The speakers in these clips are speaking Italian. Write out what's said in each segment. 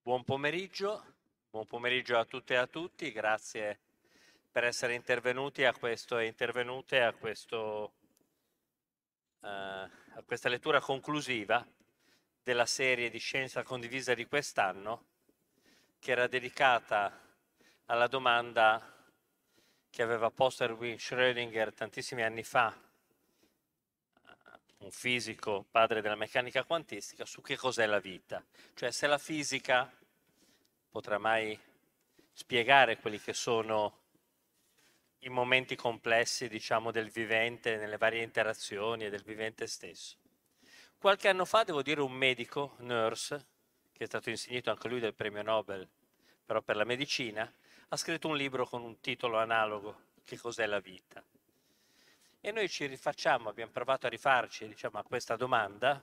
Buon pomeriggio a tutte e a tutti, grazie per essere intervenuti a questo e intervenute a questa lettura conclusiva della serie di Scienza condivisa di quest'anno, che era dedicata alla domanda che aveva posto Erwin Schrödinger tantissimi anni fa, un fisico padre della meccanica quantistica, su che cos'è la vita, cioè se la fisica potrà mai spiegare quelli che sono i momenti complessi, diciamo, del vivente nelle varie interazioni e del vivente stesso. Qualche anno fa, devo dire, un medico, nurse, che è stato insignito anche lui del premio Nobel, però per la medicina, ha scritto un libro con un titolo analogo, Che cos'è la vita? E noi ci rifacciamo, abbiamo provato a rifarci, diciamo, a questa domanda,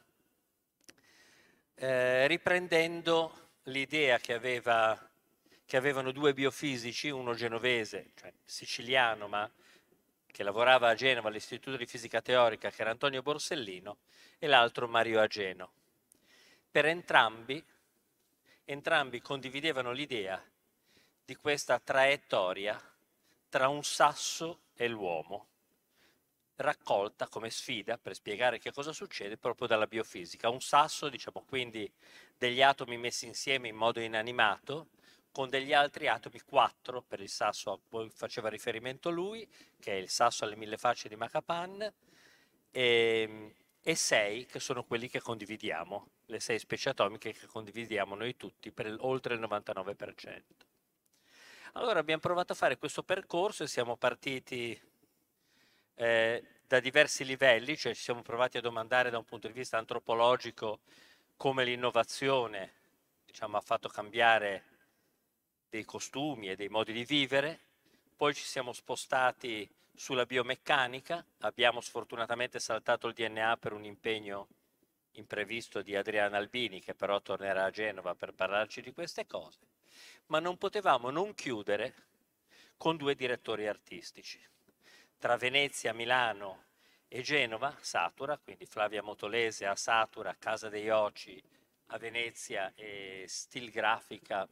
riprendendo l'idea che avevano due biofisici, uno genovese, cioè siciliano, ma che lavorava a Genova all'Istituto di Fisica Teorica, che era Antonio Borsellino, e l'altro Mario Ageno. Per entrambi condividevano l'idea di questa traiettoria tra un sasso e l'uomo, raccolta come sfida per spiegare che cosa succede proprio dalla biofisica. Un sasso, diciamo quindi degli atomi messi insieme in modo inanimato, con degli altri atomi, 4 per il sasso a cui faceva riferimento lui, che è il sasso alle 1000 facce di Macapan, e 6 che sono quelli che condividiamo, le 6 specie atomiche che condividiamo noi tutti per oltre il 99%. Allora abbiamo provato a fare questo percorso e siamo partiti da diversi livelli, cioè ci siamo provati a domandare da un punto di vista antropologico come l'innovazione, diciamo, ha fatto cambiare dei costumi e dei modi di vivere, poi ci siamo spostati sulla biomeccanica, abbiamo sfortunatamente saltato il DNA per un impegno imprevisto di Adriana Albini, che però tornerà a Genova per parlarci di queste cose, ma non potevamo non chiudere con due direttori artistici. Tra Venezia, Milano e Genova, Satura, quindi Flavia Motolese a Satura, Casa dei Oci a Venezia e Stilgrafica,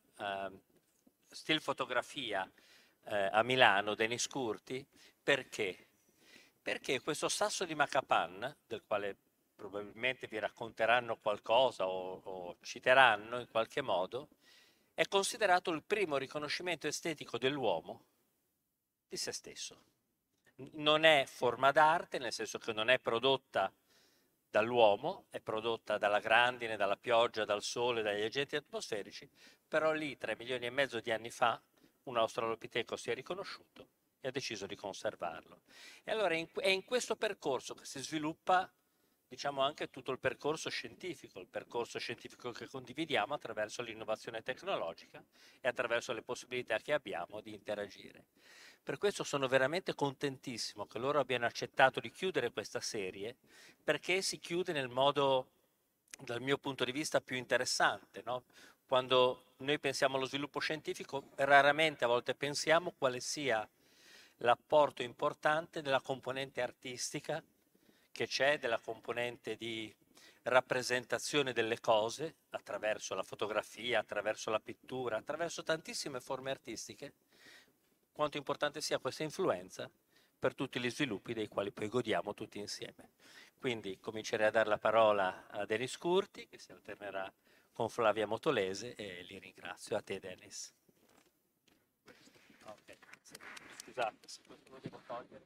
Stilfotografia a Milano, Denis Curti. Perché? Perché questo sasso di Macapan, del quale probabilmente vi racconteranno qualcosa o citeranno in qualche modo, è considerato il primo riconoscimento estetico dell'uomo di se stesso. Non è forma d'arte, nel senso che non è prodotta dall'uomo, è prodotta dalla grandine, dalla pioggia, dal sole, dagli agenti atmosferici, però lì 3 milioni e mezzo di anni fa un australopiteco si è riconosciuto e ha deciso di conservarlo. E allora è in questo percorso che si sviluppa, diciamo, anche tutto il percorso scientifico che condividiamo attraverso l'innovazione tecnologica e attraverso le possibilità che abbiamo di interagire. Per questo sono veramente contentissimo che loro abbiano accettato di chiudere questa serie, perché si chiude nel modo, dal mio punto di vista, più interessante, no? Quando noi pensiamo allo sviluppo scientifico, raramente a volte pensiamo quale sia l'apporto importante della componente artistica che c'è, della componente di rappresentazione delle cose attraverso la fotografia, attraverso la pittura, attraverso tantissime forme artistiche, quanto importante sia questa influenza per tutti gli sviluppi dei quali poi godiamo tutti insieme. Quindi comincerei a dare la parola a Denis Curti, che si alternerà con Flavia Motolese, e li ringrazio. A te, Denis. Okay. Scusate, se questo lo devo togliere.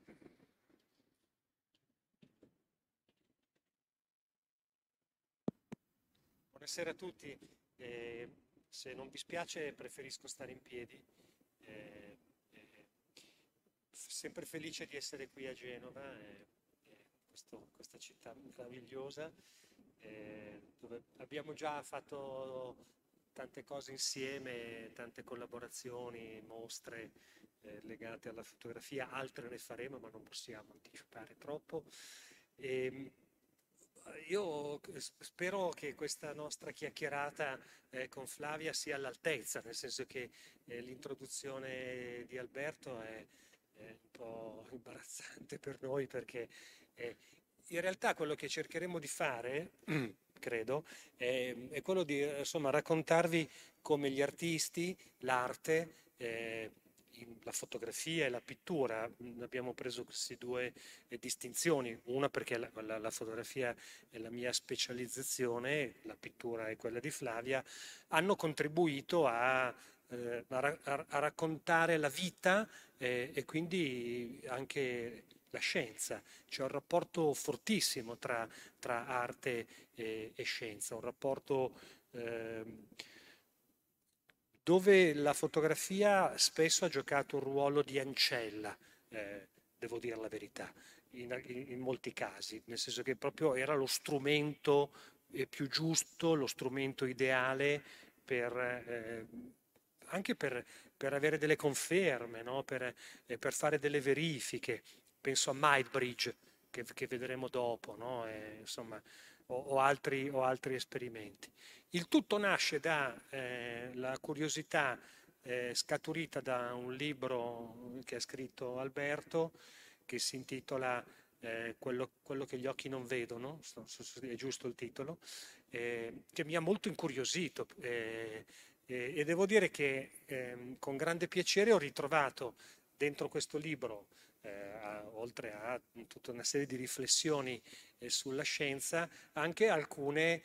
Buonasera a tutti. Se non vi spiace preferisco stare in piedi. Eh, eh, Sempre felice di essere qui a Genova, questa città meravigliosa, dove abbiamo già fatto tante cose insieme, tante collaborazioni, mostre legate alla fotografia, altre ne faremo, ma non possiamo anticipare troppo. E, io spero che questa nostra chiacchierata con Flavia sia all'altezza, nel senso che l'introduzione di Alberto è un po' imbarazzante per noi perché In realtà quello che cercheremo di fare, credo, è quello di insomma, raccontarvi come gli artisti, l'arte, la fotografia e la pittura, abbiamo preso queste due distinzioni, una perché la fotografia è la mia specializzazione, la pittura è quella di Flavia, hanno contribuito a raccontare la vita e quindi anche la scienza. C'è un rapporto fortissimo tra arte e scienza, un rapporto ehm, dove la fotografia spesso ha giocato un ruolo di ancella, devo dire la verità, in molti casi, nel senso che proprio era lo strumento più giusto, lo strumento ideale per, anche per avere delle conferme, no? Per fare delle verifiche. Penso a Mindbridge, che vedremo dopo, no? Insomma, o altri esperimenti. Il tutto nasce dalla curiosità scaturita da un libro che ha scritto Alberto, che si intitola quello che gli occhi non vedono, è giusto il titolo, che mi ha molto incuriosito. E devo dire che con grande piacere ho ritrovato dentro questo libro, oltre a tutta una serie di riflessioni sulla scienza, anche alcune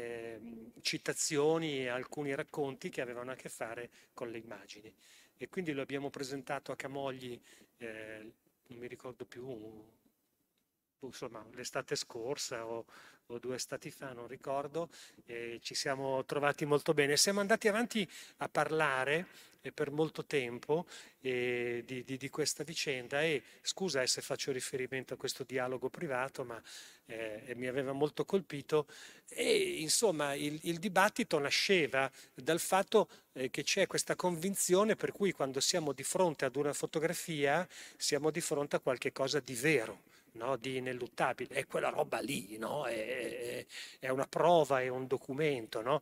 citazioni e alcuni racconti che avevano a che fare con le immagini. E quindi lo abbiamo presentato a Camogli, non mi ricordo più, insomma, l'estate scorsa o 2 estati fa, non ricordo, e ci siamo trovati molto bene. Siamo andati avanti a parlare per molto tempo di questa vicenda e scusa se faccio riferimento a questo dialogo privato, ma mi aveva molto colpito e insomma il dibattito nasceva dal fatto che c'è questa convinzione per cui quando siamo di fronte ad una fotografia siamo di fronte a qualche cosa di vero, no? Di ineluttabile, è quella roba lì, no? È una prova, è un documento, no?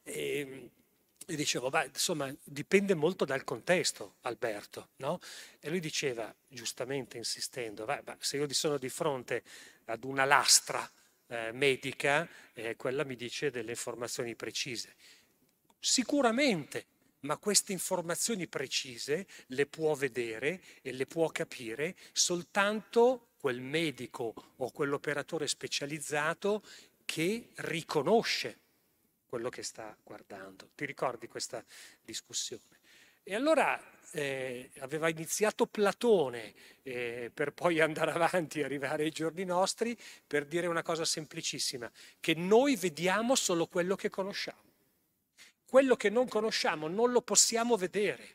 E dicevo, beh, insomma, dipende molto dal contesto, Alberto, no? E lui diceva, giustamente insistendo, se io sono di fronte ad una lastra medica, quella mi dice delle informazioni precise. Sicuramente, ma queste informazioni precise le può vedere e le può capire soltanto quel medico o quell'operatore specializzato che riconosce quello che sta guardando. Ti ricordi questa discussione? E allora aveva iniziato Platone per poi andare avanti e arrivare ai giorni nostri per dire una cosa semplicissima, che noi vediamo solo quello che conosciamo. Quello che non conosciamo non lo possiamo vedere.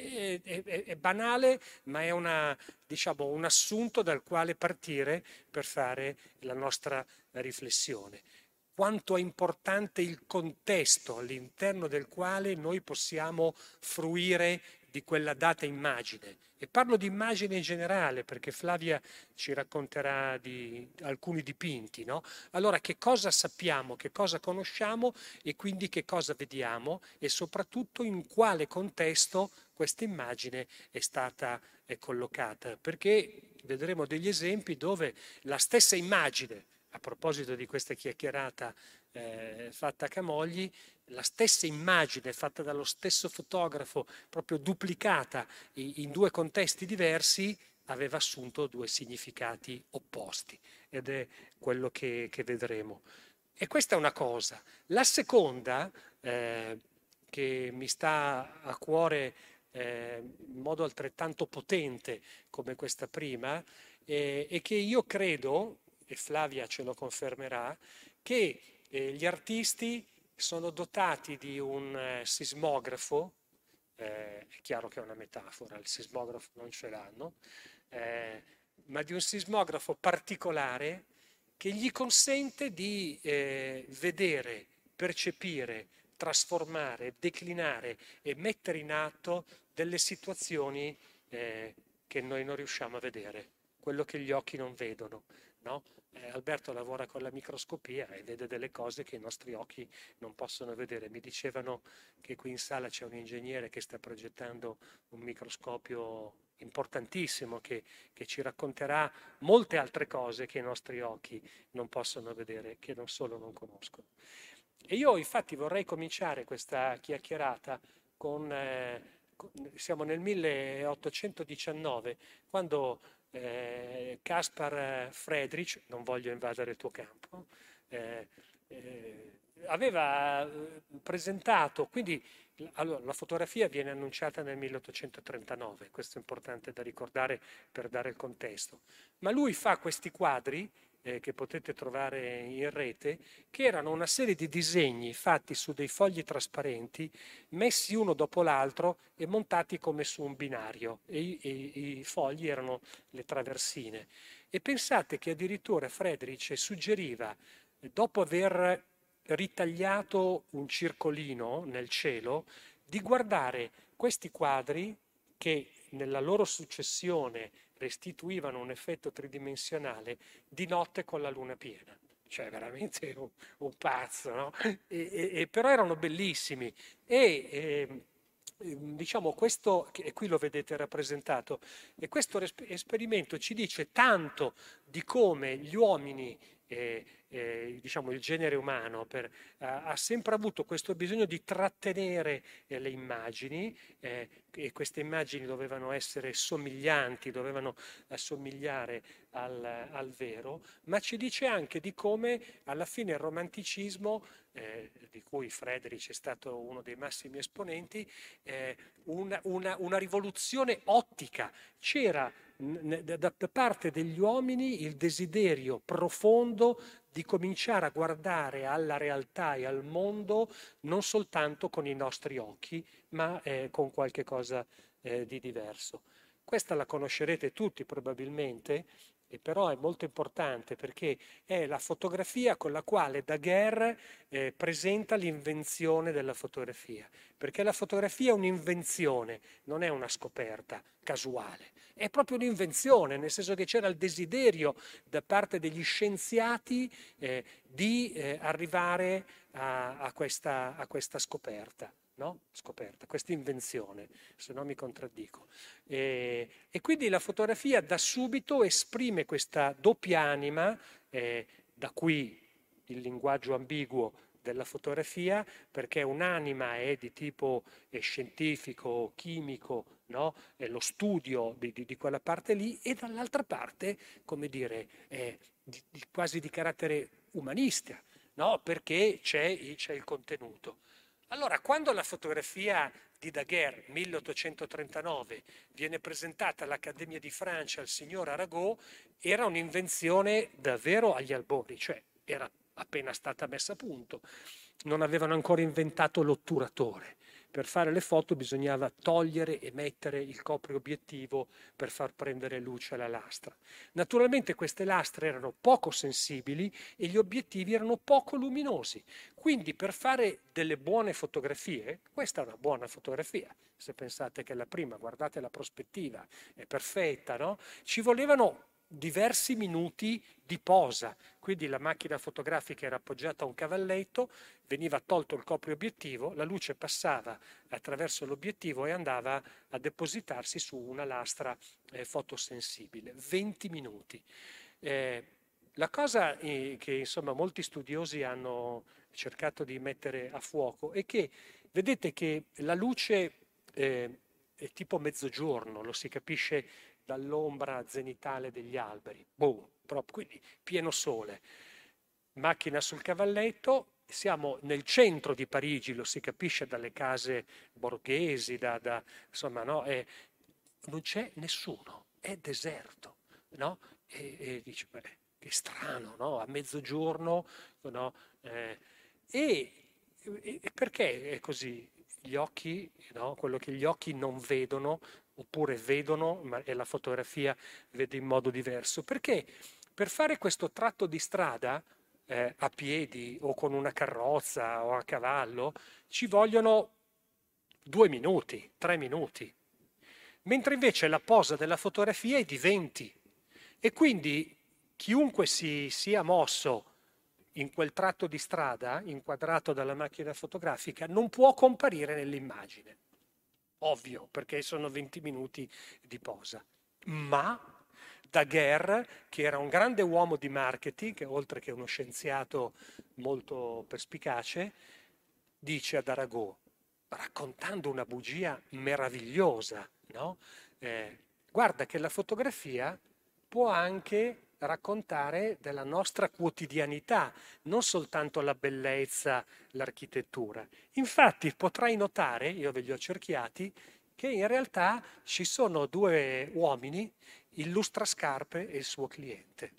È banale, ma è diciamo, un assunto dal quale partire per fare la nostra riflessione. Quanto è importante il contesto all'interno del quale noi possiamo fruire di quella data immagine. E parlo di immagine in generale perché Flavia ci racconterà di alcuni dipinti, no? Allora, che cosa sappiamo, che cosa conosciamo e quindi che cosa vediamo e soprattutto in quale contesto questa immagine è stata collocata? Perché vedremo degli esempi dove la stessa immagine, a proposito di questa chiacchierata fatta a Camogli, la stessa immagine fatta dallo stesso fotografo, proprio duplicata in due contesti diversi, aveva assunto due significati opposti ed è quello che vedremo. E questa è una cosa. La seconda, che mi sta a cuore in modo altrettanto potente come questa prima, è che io credo, e Flavia ce lo confermerà, che gli artisti sono dotati di un sismografo, è chiaro che è una metafora, il sismografo non ce l'hanno, eh, ma di un sismografo particolare che gli consente di vedere, percepire, trasformare, declinare e mettere in atto delle situazioni che noi non riusciamo a vedere, quello che gli occhi non vedono, no? Alberto lavora con la microscopia e vede delle cose che i nostri occhi non possono vedere. Mi dicevano che qui in sala c'è un ingegnere che sta progettando un microscopio importantissimo che ci racconterà molte altre cose che i nostri occhi non possono vedere, che non solo non conoscono. E io infatti vorrei cominciare questa chiacchierata siamo nel 1819, quando Caspar Friedrich, non voglio invadere il tuo campo, eh, aveva presentato, quindi allora, la fotografia viene annunciata nel 1839, questo è importante da ricordare per dare il contesto, ma lui fa questi quadri che potete trovare in rete, che erano una serie di disegni fatti su dei fogli trasparenti, messi uno dopo l'altro e montati come su un binario, e i fogli erano le traversine. E pensate che addirittura Friedrich suggeriva, dopo aver ritagliato un circolino nel cielo, di guardare questi quadri che nella loro successione restituivano un effetto tridimensionale di notte con la luna piena. Cioè veramente un pazzo, no? Però erano bellissimi diciamo questo, e qui lo vedete rappresentato, e questo esperimento ci dice tanto di come gli uomini diciamo il genere umano ha sempre avuto questo bisogno di trattenere le immagini e queste immagini dovevano essere somiglianti, dovevano assomigliare al vero, ma ci dice anche di come alla fine il romanticismo, di cui Friedrich è stato uno dei massimi esponenti, una rivoluzione ottica. C'era da parte degli uomini il desiderio profondo di cominciare a guardare alla realtà e al mondo non soltanto con i nostri occhi, ma con qualche cosa di diverso. Questa la conoscerete tutti probabilmente, e però è molto importante perché è la fotografia con la quale Daguerre presenta l'invenzione della fotografia, perché la fotografia è un'invenzione, non è una scoperta casuale, è proprio un'invenzione, nel senso che c'era il desiderio da parte degli scienziati di arrivare a questa scoperta. No? Scoperta, questa invenzione, se no mi contraddico. E quindi la fotografia da subito esprime questa doppia anima, da qui il linguaggio ambiguo della fotografia, perché un'anima è di tipo scientifico, chimico, no? È lo studio di quella parte lì, e dall'altra parte, come dire, è quasi di carattere umanista, no? Perché c'è il contenuto. Allora, quando la fotografia di Daguerre, 1839, viene presentata all'Accademia di Francia al signor Arago, era un'invenzione davvero agli albori, cioè era appena stata messa a punto. Non avevano ancora inventato l'otturatore. Per fare le foto bisognava togliere e mettere il copriobiettivo per far prendere luce alla lastra. Naturalmente queste lastre erano poco sensibili e gli obiettivi erano poco luminosi. Quindi per fare delle buone fotografie, questa è una buona fotografia, se pensate che la prima, guardate la prospettiva, è perfetta, no? Ci volevano diversi minuti di posa, quindi la macchina fotografica era appoggiata a un cavalletto, veniva tolto il copriobiettivo, la luce passava attraverso l'obiettivo e andava a depositarsi su una lastra fotosensibile. 20 minuti. La cosa che insomma molti studiosi hanno cercato di mettere a fuoco è che vedete che la luce è tipo mezzogiorno, lo si capisce dall'ombra zenitale degli alberi, boom, proprio, quindi pieno sole, macchina sul cavalletto, siamo nel centro di Parigi, lo si capisce dalle case borghesi, insomma, no? Non c'è nessuno, è deserto, no? E dici, beh, che strano, no? A mezzogiorno, no? E perché è così? Gli occhi, no? Quello che gli occhi non vedono, oppure vedono, ma e la fotografia vede in modo diverso. Perché per fare questo tratto di strada, a piedi o con una carrozza o a cavallo, ci vogliono 2 minuti, 3 minuti. Mentre invece la posa della fotografia è di 20. E quindi chiunque si sia mosso in quel tratto di strada, inquadrato dalla macchina fotografica, non può comparire nell'immagine. ovvio, perché sono 20 minuti di posa. Ma Daguerre, che era un grande uomo di marketing, oltre che uno scienziato molto perspicace, dice ad Arago, raccontando una bugia meravigliosa, no? Guarda che la fotografia può anche raccontare della nostra quotidianità, non soltanto la bellezza, l'architettura. Infatti potrai notare, io ve li ho cerchiati, che in realtà ci sono due uomini, il lustrascarpe e il suo cliente.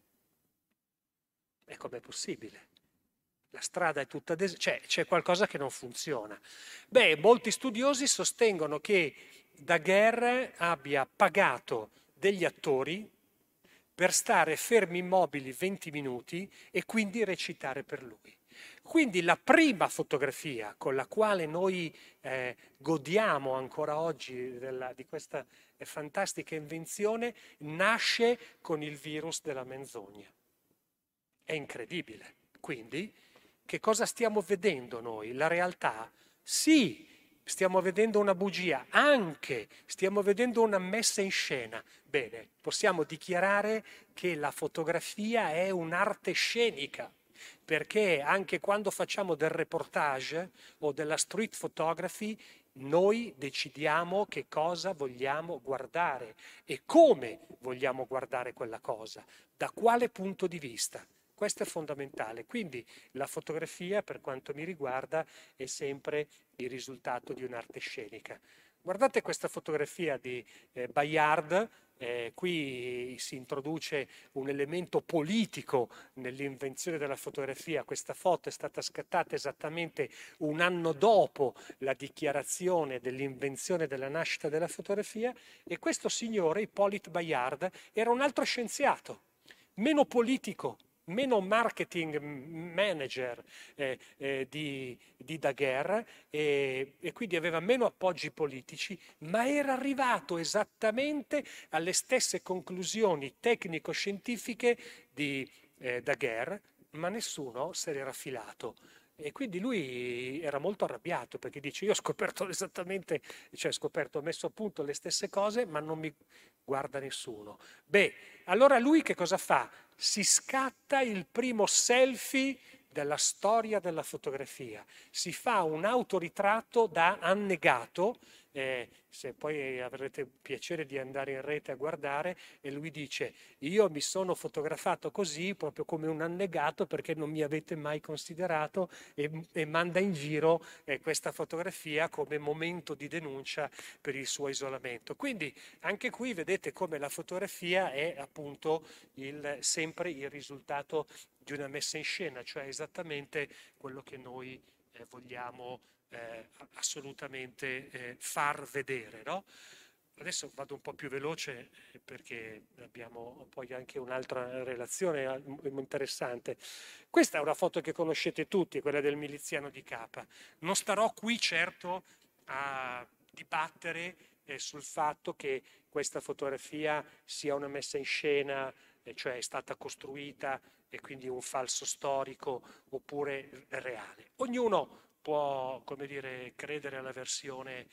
E com'è possibile? La strada è tutta c'è qualcosa che non funziona. Beh, molti studiosi sostengono che Daguerre abbia pagato degli attori per stare fermi immobili 20 minuti e quindi recitare per lui. Quindi la prima fotografia con la quale noi godiamo ancora oggi di questa fantastica invenzione nasce con il virus della menzogna. È incredibile. Quindi, che cosa stiamo vedendo noi? La realtà? Sì, stiamo vedendo una bugia, anche stiamo vedendo una messa in scena. Bene, possiamo dichiarare che la fotografia è un'arte scenica, perché anche quando facciamo del reportage o della street photography, noi decidiamo che cosa vogliamo guardare e come vogliamo guardare quella cosa, da quale punto di vista. Questo è fondamentale. Quindi la fotografia, per quanto mi riguarda, è sempre il risultato di un'arte scenica. Guardate questa fotografia di Bayard. Qui si introduce un elemento politico nell'invenzione della fotografia. Questa foto è stata scattata esattamente un anno dopo la dichiarazione dell'invenzione della nascita della fotografia e questo signore, Hippolyte Bayard, era un altro scienziato, meno politico, meno marketing manager di Daguerre e quindi aveva meno appoggi politici, ma era arrivato esattamente alle stesse conclusioni tecnico-scientifiche di Daguerre, ma nessuno se l'era filato. E quindi lui era molto arrabbiato perché dice: io ho scoperto esattamente, cioè ho messo a punto le stesse cose, ma non mi guarda nessuno. Beh, allora lui che cosa fa? Si scatta il primo selfie della storia della fotografia, si fa un autoritratto da annegato, se poi avrete piacere di andare in rete a guardare, e lui dice: io mi sono fotografato così proprio come un annegato perché non mi avete mai considerato, e manda in giro questa fotografia come momento di denuncia per il suo isolamento. Quindi anche qui vedete come la fotografia è appunto sempre il risultato di una messa in scena, cioè esattamente quello che noi vogliamo assolutamente far vedere, no? Adesso vado un po' più veloce perché abbiamo poi anche un'altra relazione interessante. Questa è una foto che conoscete tutti, quella del miliziano di Capa. Non starò qui certo a dibattere sul fatto che questa fotografia sia una messa in scena, cioè è stata costruita e quindi un falso storico oppure reale. Ognuno può, come dire, credere alla versione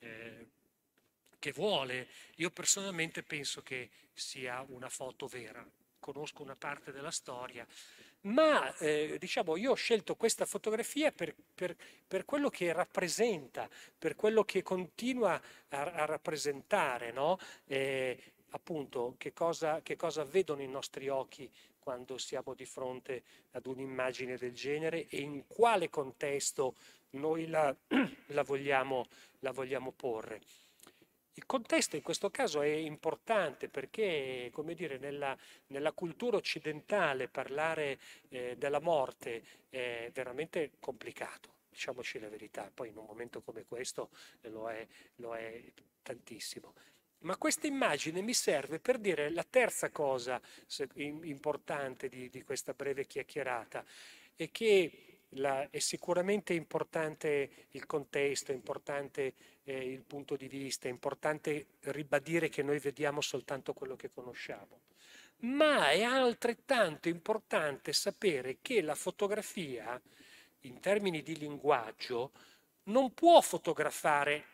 che vuole. Io personalmente penso che sia una foto vera. Conosco una parte della storia, ma diciamo io ho scelto questa fotografia per quello che rappresenta, per quello che continua a rappresentare, no? Appunto, che cosa vedono i nostri occhi quando siamo di fronte ad un'immagine del genere e in quale contesto noi la vogliamo porre. Il contesto in questo caso è importante perché, come dire, nella cultura occidentale parlare della morte è veramente complicato, diciamoci la verità, poi in un momento come questo lo è tantissimo. Ma questa immagine mi serve per dire la terza cosa importante di questa breve chiacchierata, è che è sicuramente importante il contesto, è importante il punto di vista, è importante ribadire che noi vediamo soltanto quello che conosciamo. Ma è altrettanto importante sapere che la fotografia, in termini di linguaggio, non può fotografare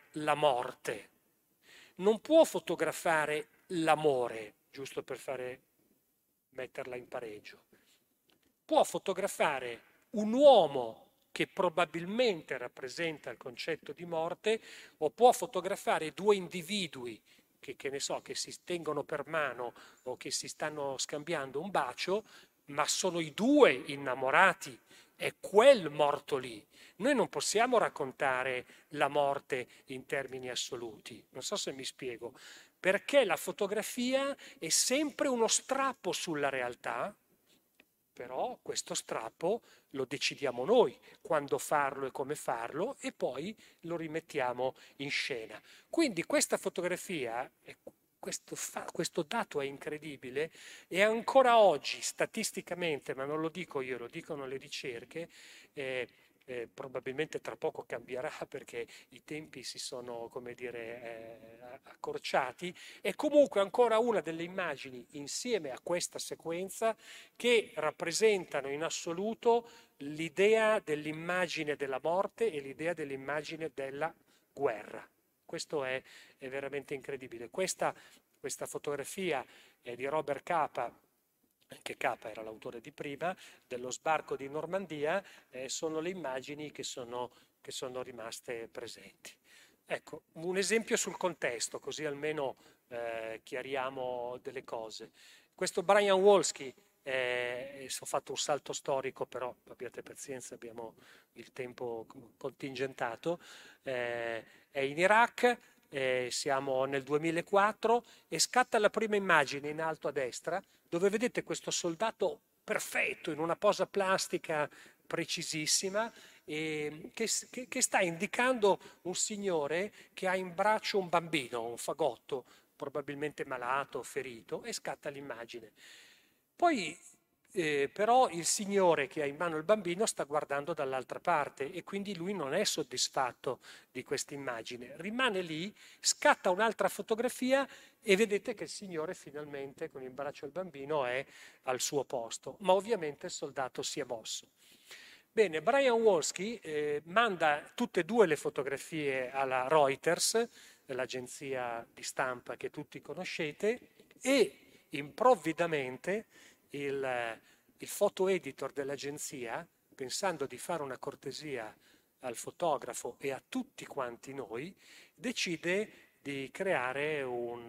la morte, non può fotografare l'amore, giusto per metterla in pareggio. Può fotografare un uomo che probabilmente rappresenta il concetto di morte, o può fotografare due individui che ne so, che si tengono per mano o che si stanno scambiando un bacio, ma sono i due innamorati, è quel morto lì. Noi non possiamo raccontare la morte in termini assoluti, non so se mi spiego, perché la fotografia è sempre uno strappo sulla realtà, però questo strappo lo decidiamo noi quando farlo e come farlo e poi lo rimettiamo in scena. Quindi questa fotografia, questo dato è incredibile e ancora oggi statisticamente, ma non lo dico io, lo dicono le ricerche, probabilmente tra poco cambierà perché i tempi si sono, come dire, accorciati, è comunque ancora una delle immagini insieme a questa sequenza che rappresentano in assoluto l'idea dell'immagine della morte e l'idea dell'immagine della guerra. Questo è veramente incredibile. Questa fotografia è di Robert Capa, che Capa era l'autore di prima, dello sbarco di Normandia, sono le immagini che sono rimaste presenti. Ecco, un esempio sul contesto, così almeno chiariamo delle cose. Questo Brian Wolski, ho fatto un salto storico, però abbiate pazienza, abbiamo il tempo contingentato, è in Iraq, siamo nel 2004 e scatta la prima immagine in alto a destra, dove vedete questo soldato perfetto in una posa plastica precisissima che sta indicando un signore che ha in braccio un bambino, un fagotto, probabilmente malato, ferito, e scatta l'immagine. Poi però il signore che ha in mano il bambino sta guardando dall'altra parte e quindi lui non è soddisfatto di questa immagine. Rimane lì, scatta un'altra fotografia e vedete che il signore finalmente con in braccio il bambino è al suo posto, ma ovviamente il soldato si è mosso. Bene, Brian Wolski manda tutte e due le fotografie alla Reuters, l'agenzia di stampa che tutti conoscete, e improvvidamente il photo editor dell'agenzia, pensando di fare una cortesia al fotografo e a tutti quanti noi, decide di creare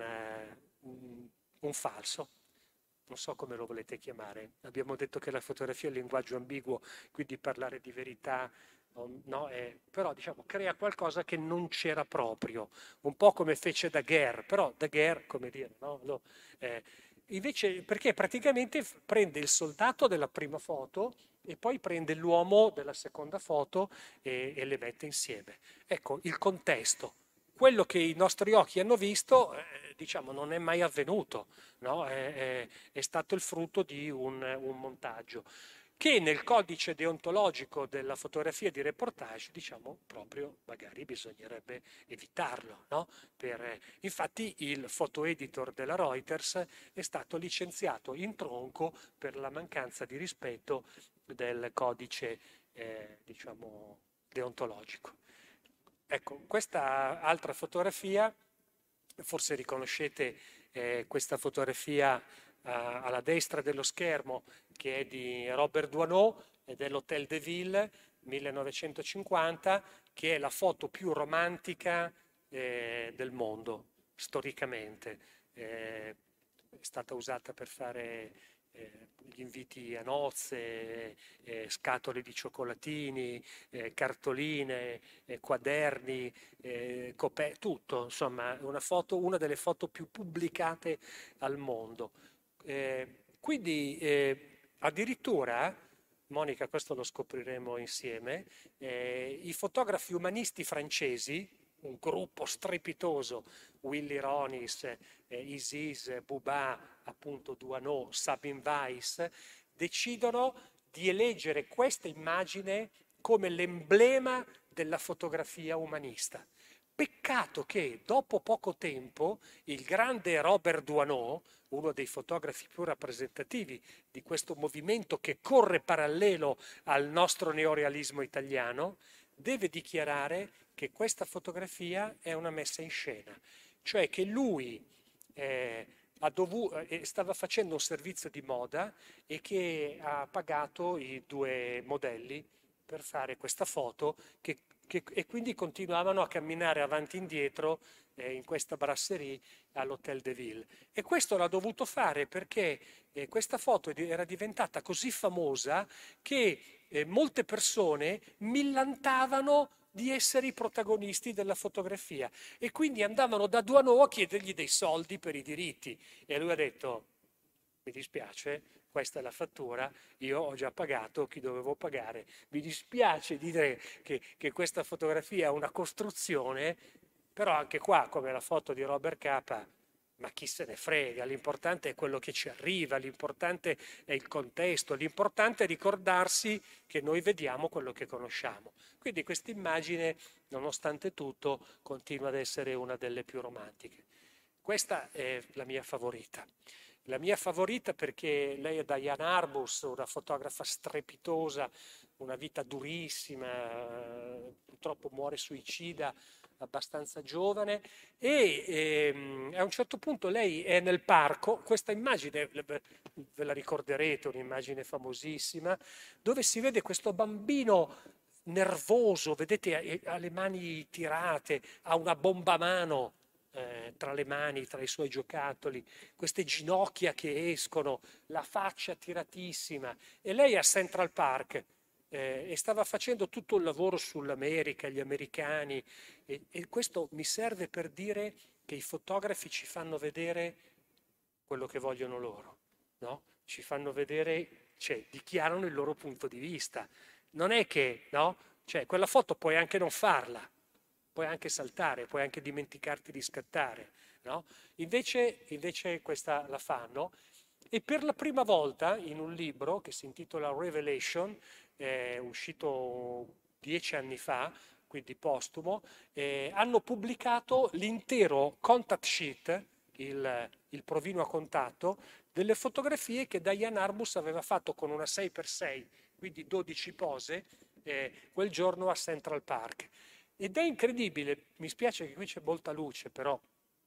un falso. Non so come lo volete chiamare. Abbiamo detto che la fotografia è un linguaggio ambiguo, quindi parlare di verità, no, però diciamo crea qualcosa che non c'era proprio, un po' come fece Daguerre, però Daguerre, come dire, no? Invece, perché praticamente prende il soldato della prima foto e poi prende l'uomo della seconda foto e le mette insieme. Ecco, il contesto. Quello che i nostri occhi hanno visto, diciamo, non è mai avvenuto, no? È stato il frutto di un montaggio che nel codice deontologico della fotografia di reportage, diciamo, proprio magari bisognerebbe evitarlo, no? Infatti il photo editor della Reuters è stato licenziato in tronco per la mancanza di rispetto del codice, diciamo, deontologico. Ecco, questa altra fotografia, forse riconoscete questa fotografia alla destra dello schermo, che è di Robert Doisneau ed è l'Hôtel de Ville 1950, che è la foto più romantica del mondo, storicamente. È stata usata per fare gli inviti a nozze, scatole di cioccolatini, cartoline, quaderni, tutto, insomma, una delle foto più pubblicate al mondo. Quindi addirittura, Monica, questo lo scopriremo insieme, i fotografi umanisti francesi, un gruppo strepitoso, Willy Ronis, Isis, Bouba, appunto Doisneau, Sabine Weiss, decidono di eleggere questa immagine come l'emblema della fotografia umanista. Peccato che dopo poco tempo il grande Robert Doisneau, uno dei fotografi più rappresentativi di questo movimento che corre parallelo al nostro neorealismo italiano, deve dichiarare che questa fotografia è una messa in scena, cioè che lui stava facendo un servizio di moda e che ha pagato i due modelli per fare questa foto e quindi continuavano a camminare avanti e indietro in questa brasserie all'Hotel de Ville. E questo l'ha dovuto fare perché questa foto era diventata così famosa che molte persone millantavano di essere i protagonisti della fotografia e quindi andavano da Doisneau a chiedergli dei soldi per i diritti e lui ha detto: mi dispiace, questa è la fattura, io ho già pagato chi dovevo pagare, mi dispiace dire che questa fotografia è una costruzione, però anche qua, come la foto di Robert Capa, ma chi se ne frega, l'importante è quello che ci arriva, l'importante è il contesto, l'importante è ricordarsi che noi vediamo quello che conosciamo. Quindi questa immagine, nonostante tutto, continua ad essere una delle più romantiche. Questa è la mia favorita. La mia favorita perché lei è Diane Arbus, una fotografa strepitosa, una vita durissima, purtroppo muore suicida abbastanza giovane e a un certo punto lei è nel parco, questa immagine ve la ricorderete, un'immagine famosissima, dove si vede questo bambino nervoso, vedete, ha le mani tirate, ha una bomba a mano tra le mani, tra i suoi giocattoli, queste ginocchia che escono, la faccia tiratissima e lei è a Central Park e stava facendo tutto il lavoro sull'America, gli americani e questo mi serve per dire che i fotografi ci fanno vedere quello che vogliono loro, no? Ci fanno vedere, cioè dichiarano il loro punto di vista. Non è che, no? Cioè quella foto puoi anche non farla, puoi anche saltare, puoi anche dimenticarti di scattare, no? Invece questa la fanno e per la prima volta in un libro che si intitola Revelation, uscito 10 anni fa, quindi postumo, hanno pubblicato l'intero contact sheet, il provino a contatto, delle fotografie che Diane Arbus aveva fatto con una 6x6, quindi 12 pose, quel giorno a Central Park. Ed è incredibile, mi spiace che qui c'è molta luce, però...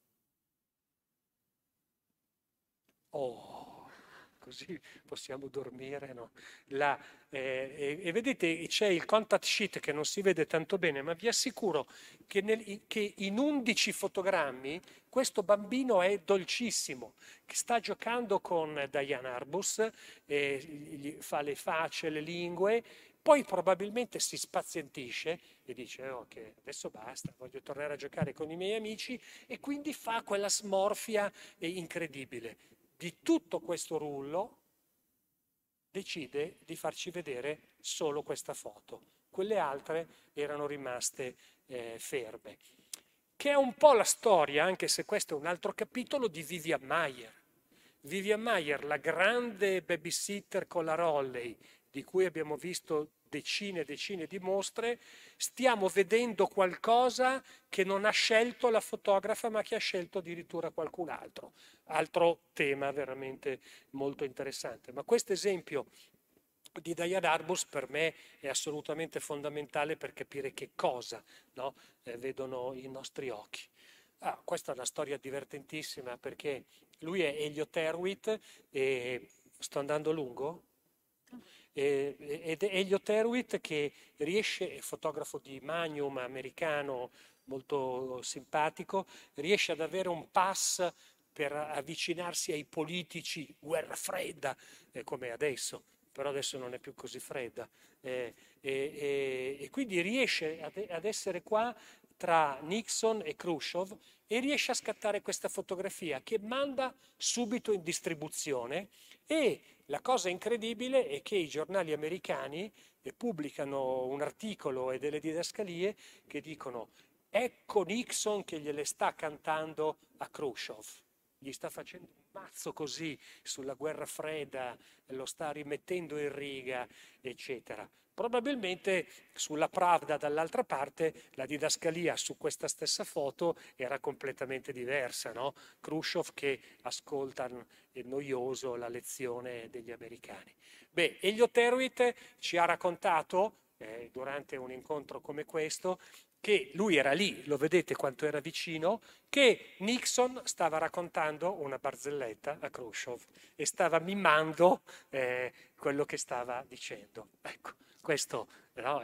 Oh, così possiamo dormire, no? E vedete, c'è il contact sheet che non si vede tanto bene, ma vi assicuro che in 11 fotogrammi questo bambino è dolcissimo, che sta giocando con Diane Arbus, gli fa le facce, le lingue, poi probabilmente si spazientisce e dice ok, adesso basta, voglio tornare a giocare con i miei amici e quindi fa quella smorfia incredibile. Di tutto questo rullo decide di farci vedere solo questa foto. Quelle altre erano rimaste ferme. Che è un po' la storia, anche se questo è un altro capitolo, di Vivian Maier. Vivian Maier, la grande babysitter con la Rolley, di cui abbiamo visto decine e decine di mostre, stiamo vedendo qualcosa che non ha scelto la fotografa, ma che ha scelto addirittura qualcun altro. Altro tema veramente molto interessante. Ma questo esempio di Diane Arbus per me è assolutamente fondamentale per capire che cosa, no? Vedono i nostri occhi. Questa è una storia divertentissima perché lui è Elliot Erwitt e sto andando lungo? Ed è Elliot Erwitt che riesce, è fotografo di Magnum americano molto simpatico, riesce ad avere un pass per avvicinarsi ai politici, guerra fredda, come adesso, però adesso non è più così fredda, e quindi riesce ad essere qua tra Nixon e Khrushchev e riesce a scattare questa fotografia che manda subito in distribuzione e la cosa incredibile è che i giornali americani pubblicano un articolo e delle didascalie che dicono ecco Nixon che gliele sta cantando a Khrushchev, gli sta facendo un mazzo così sulla guerra fredda, lo sta rimettendo in riga, eccetera. Probabilmente sulla Pravda dall'altra parte la didascalia su questa stessa foto era completamente diversa, no? Khrushchev che ascolta noioso la lezione degli americani. Beh, Elliot Erwitt ci ha raccontato durante un incontro come questo, che lui era lì, lo vedete quanto era vicino, che Nixon stava raccontando una barzelletta a Khrushchev e stava mimando quello che stava dicendo. Ecco, questo, no,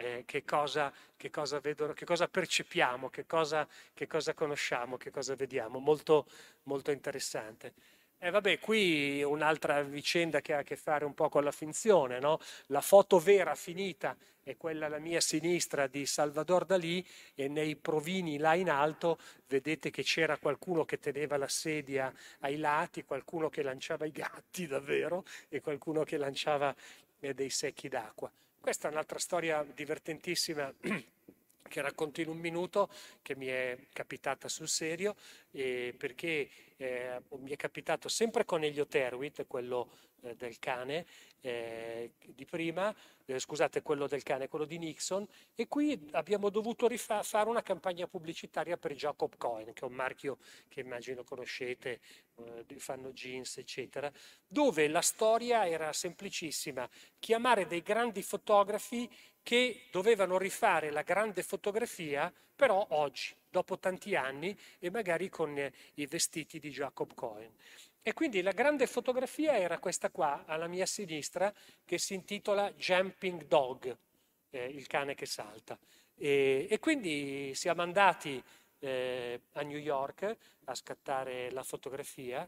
che cosa vedono, che cosa percepiamo, che cosa conosciamo, che cosa vediamo. Molto, molto interessante. E vabbè, qui un'altra vicenda che ha a che fare un po' con la finzione, no? La foto vera finita è quella alla mia sinistra di Salvador Dalì e nei provini là in alto vedete che c'era qualcuno che teneva la sedia ai lati, qualcuno che lanciava i gatti davvero e qualcuno che lanciava dei secchi d'acqua. Questa è un'altra storia divertentissima che racconto in un minuto, che mi è capitata sul serio, perché mi è capitato sempre con Elio Terwit, quello del cane di prima, scusate, quello del cane, quello di Nixon, e qui abbiamo dovuto fare una campagna pubblicitaria per Jacob Cohen, che è un marchio che immagino conoscete, fanno jeans, eccetera, dove la storia era semplicissima: chiamare dei grandi fotografi che dovevano rifare la grande fotografia, però oggi, dopo tanti anni, e magari con i vestiti di Jacob Cohen. E quindi la grande fotografia era questa qua, alla mia sinistra, che si intitola Jumping Dog, il cane che salta. E quindi siamo andati a New York a scattare la fotografia,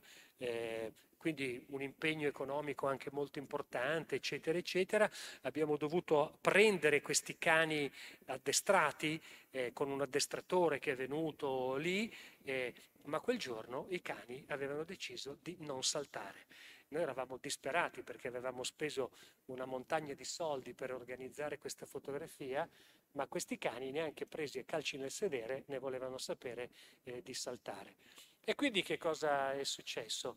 quindi un impegno economico anche molto importante, eccetera, eccetera. Abbiamo dovuto prendere questi cani addestrati con un addestratore che è venuto lì, ma quel giorno i cani avevano deciso di non saltare. Noi eravamo disperati perché avevamo speso una montagna di soldi per organizzare questa fotografia, ma questi cani, neanche presi a calci nel sedere, ne volevano sapere di saltare. E quindi che cosa è successo?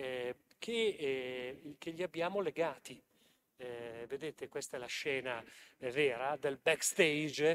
Che li abbiamo legati. Vedete, questa è la scena vera del backstage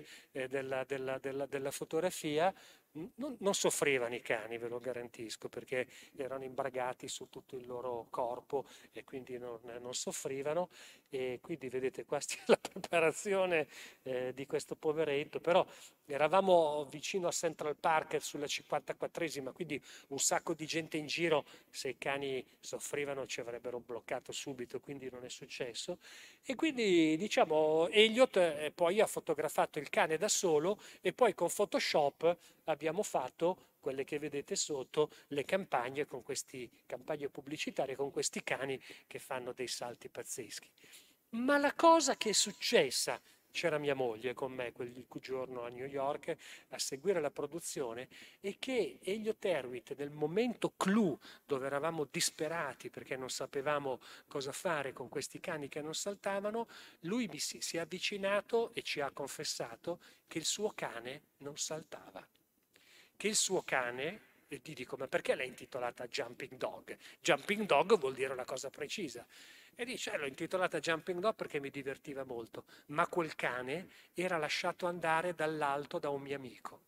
della fotografia. Non soffrivano i cani, ve lo garantisco, perché erano imbragati su tutto il loro corpo e quindi non soffrivano. E quindi vedete, questa è la preparazione di questo poveretto. Però eravamo vicino a Central Park sulla 54esima, quindi un sacco di gente in giro. Se i cani soffrivano ci avrebbero bloccato subito, quindi non è successo. E quindi diciamo Elliot poi ha fotografato il cane da solo e poi con Photoshop abbiamo fatto quelle che vedete sotto, le campagne campagne pubblicitarie con questi cani che fanno dei salti pazzeschi. Ma la cosa che è successa, c'era mia moglie con me quel giorno a New York a seguire la produzione, è che Elio Terwit, nel momento clou dove eravamo disperati perché non sapevamo cosa fare con questi cani che non saltavano, lui si è avvicinato e ci ha confessato che il suo cane non saltava. Che il suo cane, e ti dico, ma perché l'hai intitolata Jumping Dog? Jumping Dog vuol dire una cosa precisa. E dice, l'ho intitolata Jumping Dog perché mi divertiva molto, ma quel cane era lasciato andare dall'alto da un mio amico.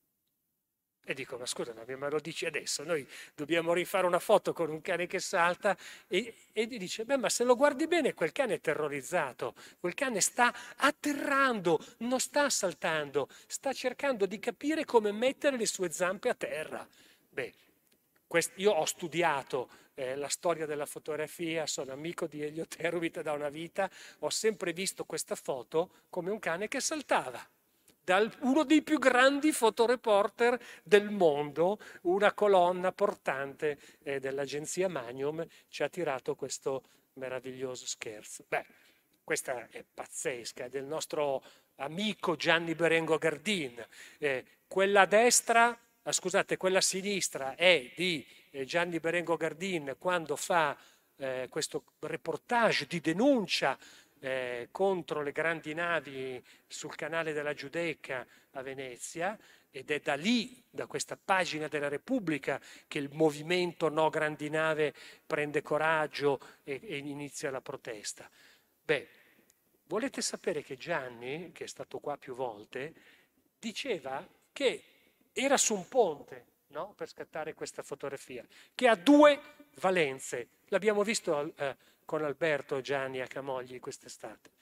E dico, ma scusa, ma me lo dici adesso? Noi dobbiamo rifare una foto con un cane che salta e gli dice, beh, ma se lo guardi bene quel cane è terrorizzato, quel cane sta atterrando, non sta saltando, sta cercando di capire come mettere le sue zampe a terra. Beh, io ho studiato la storia della fotografia, sono amico di Elio Terwit da una vita, ho sempre visto questa foto come un cane che saltava. Uno dei più grandi fotoreporter del mondo, una colonna portante dell'agenzia Magnum, ci ha tirato questo meraviglioso scherzo. Beh, questa è pazzesca, è del nostro amico Gianni Berengo Gardin. Quella a destra, scusate, quella a sinistra è di Gianni Berengo Gardin quando fa questo reportage di denuncia contro le grandi navi sul canale della Giudecca a Venezia, ed è da lì, da questa pagina della Repubblica, che il movimento No Grandi Nave prende coraggio e inizia la protesta. Beh, volete sapere che Gianni, che è stato qua più volte, diceva che era su un ponte, no? Per scattare questa fotografia, che ha due valenze. L'abbiamo visto con Alberto Gianni a Camogli quest'estate.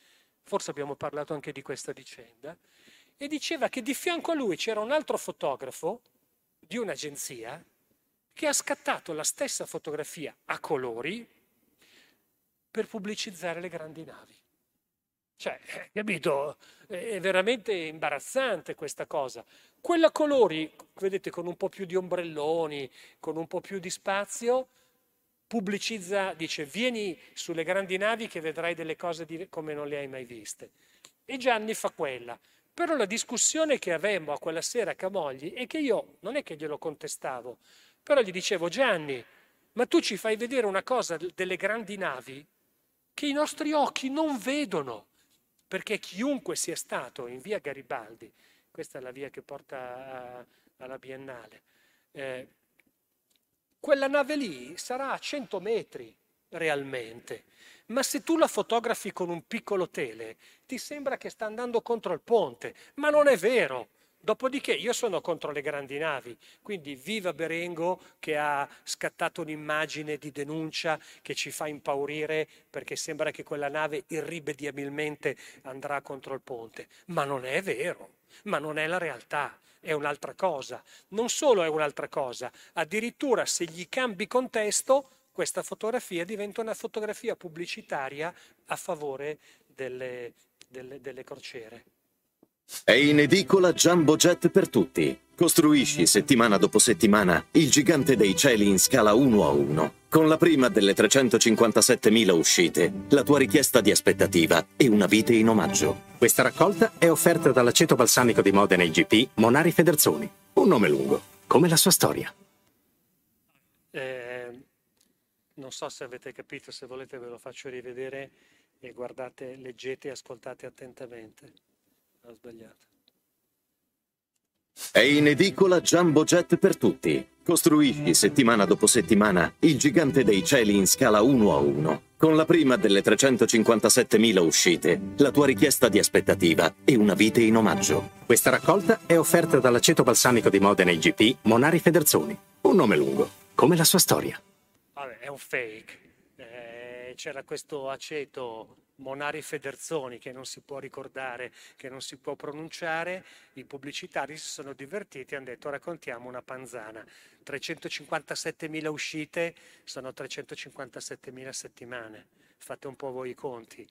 forse abbiamo parlato anche di questa vicenda, e diceva che di fianco a lui c'era un altro fotografo di un'agenzia che ha scattato la stessa fotografia a colori per pubblicizzare le grandi navi. Cioè, capito? È veramente imbarazzante questa cosa. Quella a colori, vedete, con un po' più di ombrelloni, con un po' più di spazio, pubblicizza, dice, vieni sulle grandi navi che vedrai delle cose come non le hai mai viste. E Gianni fa quella. Però la discussione che avemmo a quella sera a Camogli è che io non è che glielo contestavo, però gli dicevo, Gianni, ma tu ci fai vedere una cosa delle grandi navi che i nostri occhi non vedono, perché chiunque sia stato in via Garibaldi, questa è la via che porta alla Biennale, quella nave lì sarà a 100 metri realmente, ma se tu la fotografi con un piccolo tele ti sembra che sta andando contro il ponte, ma non è vero. Dopodiché io sono contro le grandi navi, quindi viva Berengo che ha scattato un'immagine di denuncia che ci fa impaurire perché sembra che quella nave irrimediabilmente andrà contro il ponte, ma non è vero, ma non è la realtà, è un'altra cosa. Non solo è un'altra cosa, addirittura se gli cambi contesto, questa fotografia diventa una fotografia pubblicitaria a favore delle crociere. È in edicola Jumbo Jet per tutti. Costruisci settimana dopo settimana il gigante dei cieli in scala 1:1. Con la prima delle 357.000 uscite, la tua richiesta di aspettativa e una vite in omaggio. Questa raccolta è offerta dall'aceto balsamico di Modena IGP Monari Federzoni. Un nome lungo, come la sua storia. Non so se avete capito, se volete ve lo faccio rivedere e guardate, leggete e ascoltate attentamente. Ho sbagliato. È in edicola Jumbo Jet per tutti. Costruisci settimana dopo settimana il gigante dei cieli in scala 1:1. Con la prima delle 357.000 uscite, la tua richiesta di aspettativa e una vite in omaggio. Questa raccolta è offerta dall'aceto balsamico di Modena IGP Monari Federzoni. Un nome lungo, come la sua storia. Vabbè, è un fake. C'era questo aceto Monari Federzoni che non si può ricordare, che non si può pronunciare. I pubblicitari si sono divertiti e hanno detto raccontiamo una panzana. 357.000 uscite sono 357.000 settimane. Fate un po' voi i conti.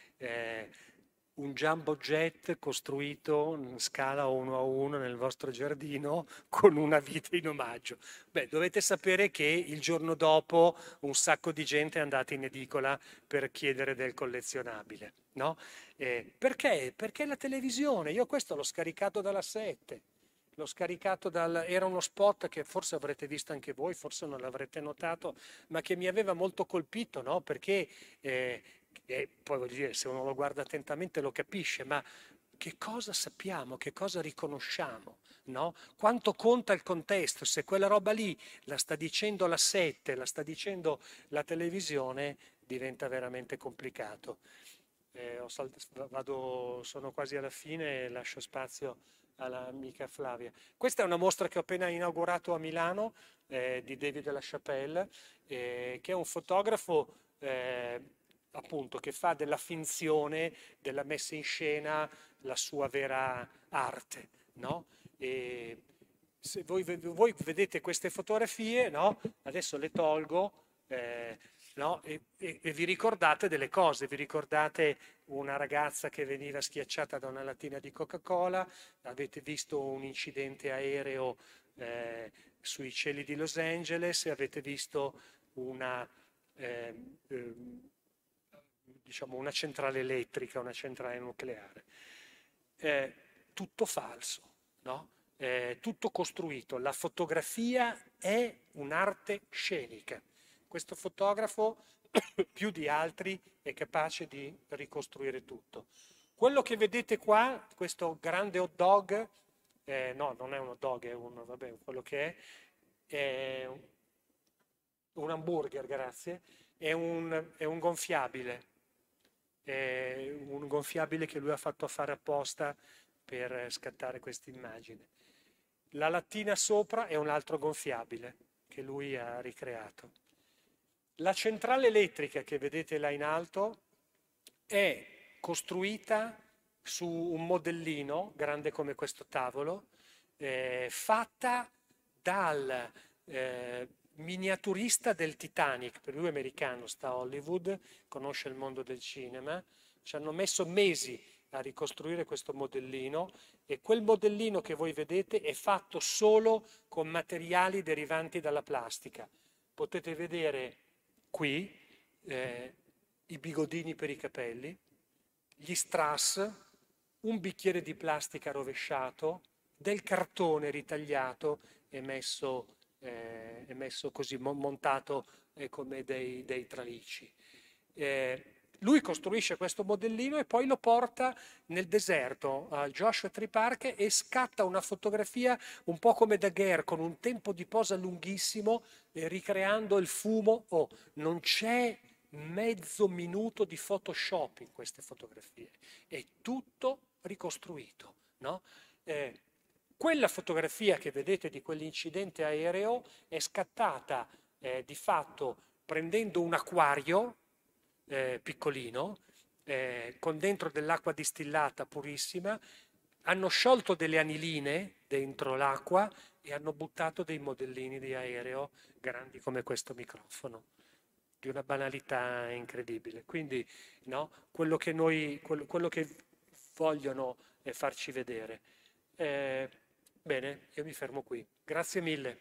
Un jumbo jet costruito in scala 1:1 nel vostro giardino con una vite in omaggio. Beh, dovete sapere che il giorno dopo un sacco di gente è andata in edicola per chiedere del collezionabile, no? Perché? Perché la televisione, io questo l'ho scaricato dalla 7, l'ho scaricato era uno spot che forse avrete visto anche voi, forse non l'avrete notato, ma che mi aveva molto colpito, no? Perché e poi voglio dire, se uno lo guarda attentamente lo capisce, ma che cosa sappiamo, che cosa riconosciamo, no? Quanto conta il contesto? Se quella roba lì la sta dicendo la 7, la sta dicendo la televisione, diventa veramente complicato. Sono quasi alla fine e lascio spazio all'amica Flavia. Questa è una mostra che ho appena inaugurato a Milano di David LaChapelle, che è un fotografo appunto che fa della finzione, della messa in scena la sua vera arte, no? E se voi vedete queste fotografie, no? Adesso le tolgo, no? E vi ricordate delle cose, vi ricordate una ragazza che veniva schiacciata da una lattina di Coca-Cola, avete visto un incidente aereo sui cieli di Los Angeles, avete visto diciamo una centrale elettrica, una centrale nucleare. Tutto falso, no? Tutto costruito. La fotografia è un'arte scenica. Questo fotografo, più di altri, è capace di ricostruire tutto. Quello che vedete qua, questo grande hot dog, no, non è un hot dog, è quello che è un hamburger, grazie, è un gonfiabile. È un gonfiabile che lui ha fatto fare apposta per scattare questa immagine. La lattina sopra è un altro gonfiabile che lui ha ricreato. La centrale elettrica che vedete là in alto è costruita su un modellino grande come questo tavolo, fatta dal miniaturista del Titanic, per lui è americano, sta a Hollywood, conosce il mondo del cinema. Ci hanno messo mesi a ricostruire questo modellino, e quel modellino che voi vedete è fatto solo con materiali derivanti dalla plastica. Potete vedere qui i bigodini per i capelli, gli strass, un bicchiere di plastica rovesciato, del cartone ritagliato e messo così, montato come dei tralicci. Lui costruisce questo modellino e poi lo porta nel deserto al Joshua Tree Park e scatta una fotografia un po' come Daguerre, con un tempo di posa lunghissimo, ricreando il fumo. Non c'è mezzo minuto di Photoshop in queste fotografie, è tutto ricostruito, no? Quella fotografia che vedete di quell'incidente aereo è scattata di fatto prendendo un acquario piccolino, con dentro dell'acqua distillata purissima, hanno sciolto delle aniline dentro l'acqua e hanno buttato dei modellini di aereo grandi come questo microfono, di una banalità incredibile. Quindi no, quello che vogliono è farci vedere. Bene, io mi fermo qui. Grazie mille.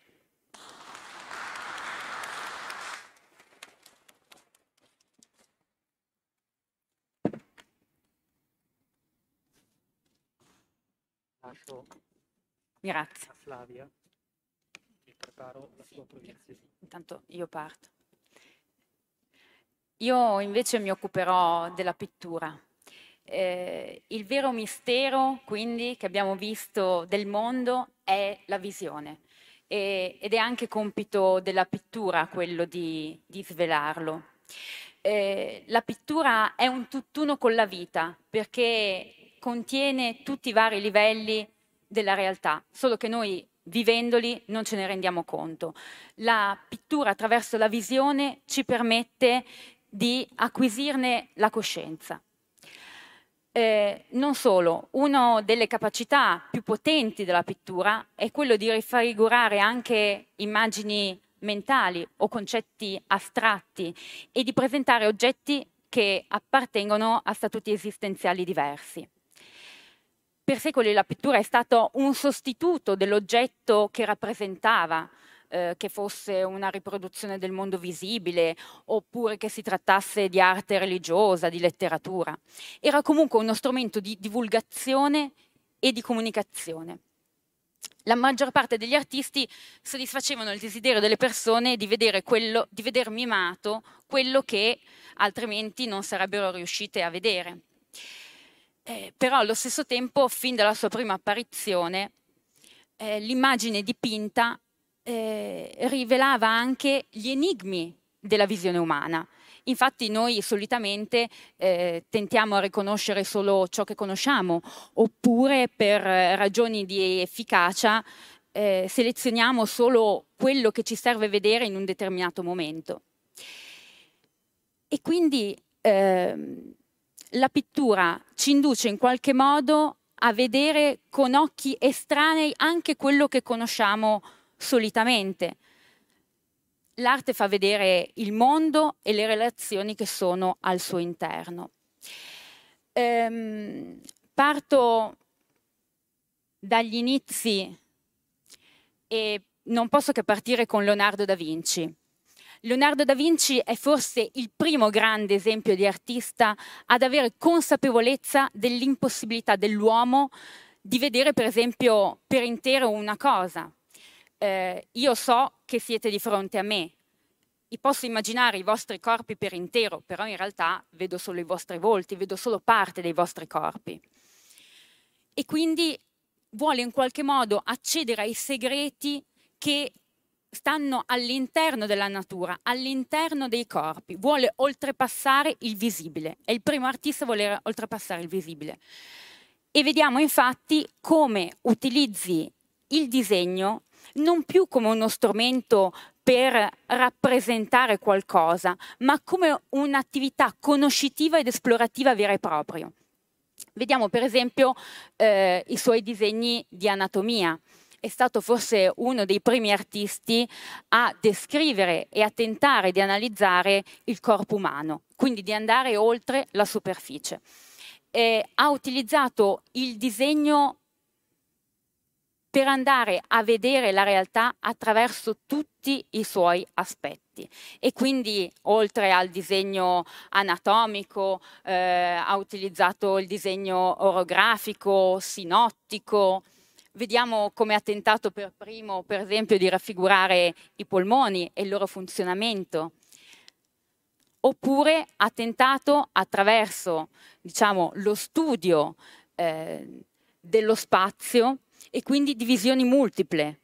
Grazie. A Flavia, ti preparo la sua proiezione. Intanto io parto. Io invece mi occuperò della pittura. Il vero mistero, quindi, che abbiamo visto del mondo è la visione. Ed è anche compito della pittura quello di svelarlo. La pittura è un tutt'uno con la vita, perché contiene tutti i vari livelli della realtà, solo che noi vivendoli non ce ne rendiamo conto. La pittura attraverso la visione ci permette di acquisirne la coscienza. Non solo, una delle capacità più potenti della pittura è quello di rifigurare anche immagini mentali o concetti astratti e di presentare oggetti che appartengono a statuti esistenziali diversi. Per secoli la pittura è stato un sostituto dell'oggetto che rappresentava, che fosse una riproduzione del mondo visibile oppure che si trattasse di arte religiosa, di letteratura. Era comunque uno strumento di divulgazione e di comunicazione. La maggior parte degli artisti soddisfacevano il desiderio delle persone di veder mimato quello che altrimenti non sarebbero riuscite a vedere. Però allo stesso tempo, fin dalla sua prima apparizione, l'immagine dipinta rivelava anche gli enigmi della visione umana. Infatti noi solitamente tentiamo a riconoscere solo ciò che conosciamo, oppure per ragioni di efficacia selezioniamo solo quello che ci serve vedere in un determinato momento. E quindi la pittura ci induce in qualche modo a vedere con occhi estranei anche quello che conosciamo solitamente. L'arte fa vedere il mondo e le relazioni che sono al suo interno. Parto dagli inizi e non posso che partire con Leonardo da Vinci. Leonardo da Vinci è forse il primo grande esempio di artista ad avere consapevolezza dell'impossibilità dell'uomo di vedere, per esempio, per intero una cosa. Io so che siete di fronte a me, posso immaginare i vostri corpi per intero, però in realtà vedo solo i vostri volti, vedo solo parte dei vostri corpi. E quindi vuole in qualche modo accedere ai segreti che stanno all'interno della natura, all'interno dei corpi, vuole oltrepassare il visibile, è il primo artista a voler oltrepassare il visibile. E vediamo infatti come utilizzi il disegno non più come uno strumento per rappresentare qualcosa, ma come un'attività conoscitiva ed esplorativa vera e propria. Vediamo per esempio i suoi disegni di anatomia. È stato forse uno dei primi artisti a descrivere e a tentare di analizzare il corpo umano, quindi di andare oltre la superficie. Ha utilizzato il disegno per andare a vedere la realtà attraverso tutti i suoi aspetti, e quindi oltre al disegno anatomico ha utilizzato il disegno orografico, sinottico. Vediamo come ha tentato per primo, per esempio, di raffigurare i polmoni e il loro funzionamento. Oppure ha tentato, attraverso, diciamo, lo studio dello spazio e quindi di visioni multiple.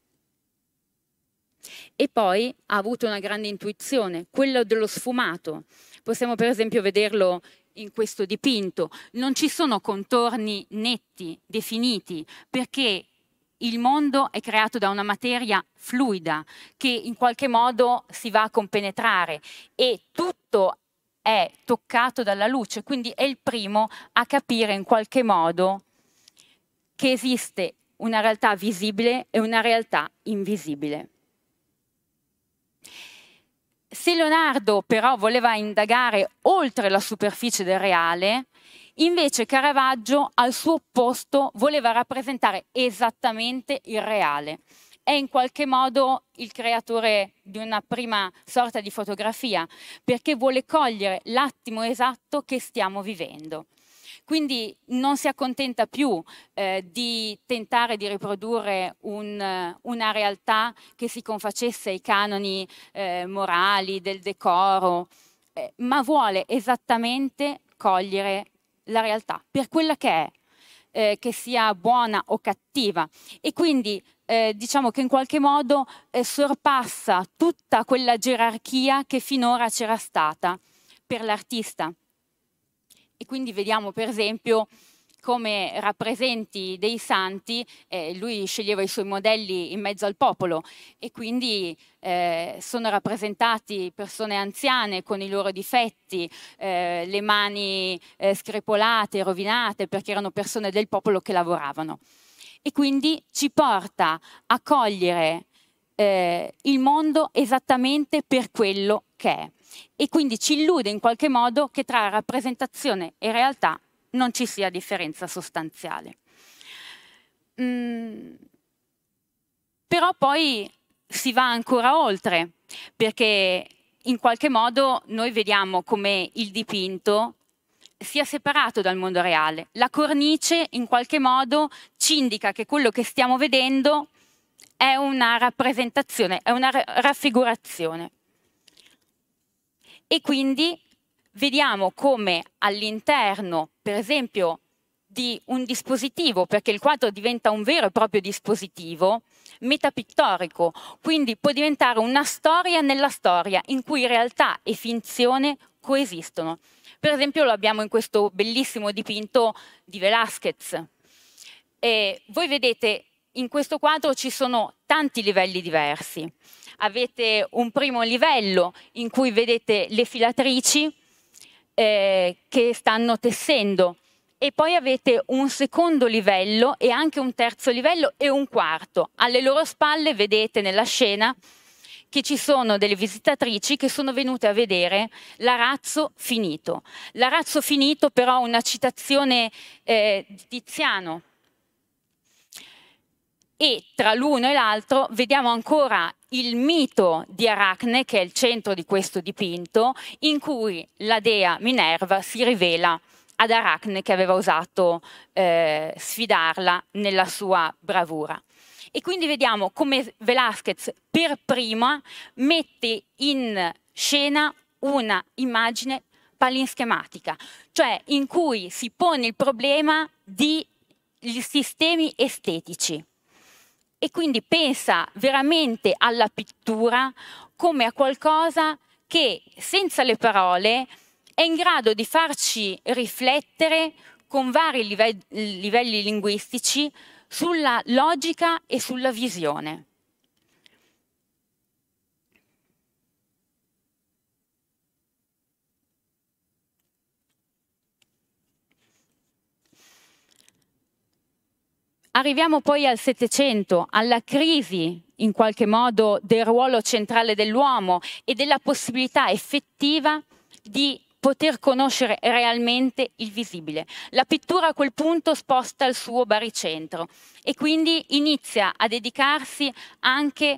E poi ha avuto una grande intuizione, quella dello sfumato. Possiamo per esempio vederlo in questo dipinto. Non ci sono contorni netti, definiti, perché il mondo è creato da una materia fluida che in qualche modo si va a compenetrare e tutto è toccato dalla luce, quindi è il primo a capire in qualche modo che esiste una realtà visibile e una realtà invisibile. Se Leonardo però voleva indagare oltre la superficie del reale, invece Caravaggio al suo opposto voleva rappresentare esattamente il reale. È in qualche modo il creatore di una prima sorta di fotografia, perché vuole cogliere l'attimo esatto che stiamo vivendo. Quindi non si accontenta più di tentare di riprodurre una realtà che si confacesse ai canoni morali, del decoro, ma vuole esattamente cogliere la realtà per quella che è, che sia buona o cattiva. E quindi diciamo che in qualche modo sorpassa tutta quella gerarchia che finora c'era stata per l'artista. E quindi vediamo per esempio come rappresenti dei santi, lui sceglieva i suoi modelli in mezzo al popolo e quindi sono rappresentati persone anziane con i loro difetti, le mani screpolate, rovinate, perché erano persone del popolo che lavoravano. E quindi ci porta a cogliere il mondo esattamente per quello che è. E quindi ci illude in qualche modo che tra rappresentazione e realtà non ci sia differenza sostanziale. Però poi si va ancora oltre, perché in qualche modo noi vediamo come il dipinto sia separato dal mondo reale. La cornice in qualche modo ci indica che quello che stiamo vedendo è una rappresentazione, è una raffigurazione. E quindi vediamo come all'interno, per esempio, di un dispositivo, perché il quadro diventa un vero e proprio dispositivo metapittorico, quindi può diventare una storia nella storia in cui realtà e finzione coesistono. Per esempio lo abbiamo in questo bellissimo dipinto di Velázquez. E voi vedete, in questo quadro ci sono tanti livelli diversi. Avete un primo livello in cui vedete le filatrici che stanno tessendo e poi avete un secondo livello e anche un terzo livello e un quarto. Alle loro spalle vedete nella scena che ci sono delle visitatrici che sono venute a vedere l'Arazzo finito. L'Arazzo finito però una citazione di Tiziano. E tra l'uno e l'altro vediamo ancora il mito di Aracne, che è il centro di questo dipinto, in cui la dea Minerva si rivela ad Aracne che aveva osato sfidarla nella sua bravura. E quindi vediamo come Velázquez per prima mette in scena una immagine palinschematica, cioè in cui si pone il problema di sistemi estetici. E quindi pensa veramente alla pittura come a qualcosa che senza le parole è in grado di farci riflettere con vari livelli linguistici sulla logica e sulla visione. Arriviamo poi al Settecento, alla crisi in qualche modo del ruolo centrale dell'uomo e della possibilità effettiva di poter conoscere realmente il visibile. La pittura a quel punto sposta il suo baricentro e quindi inizia a dedicarsi anche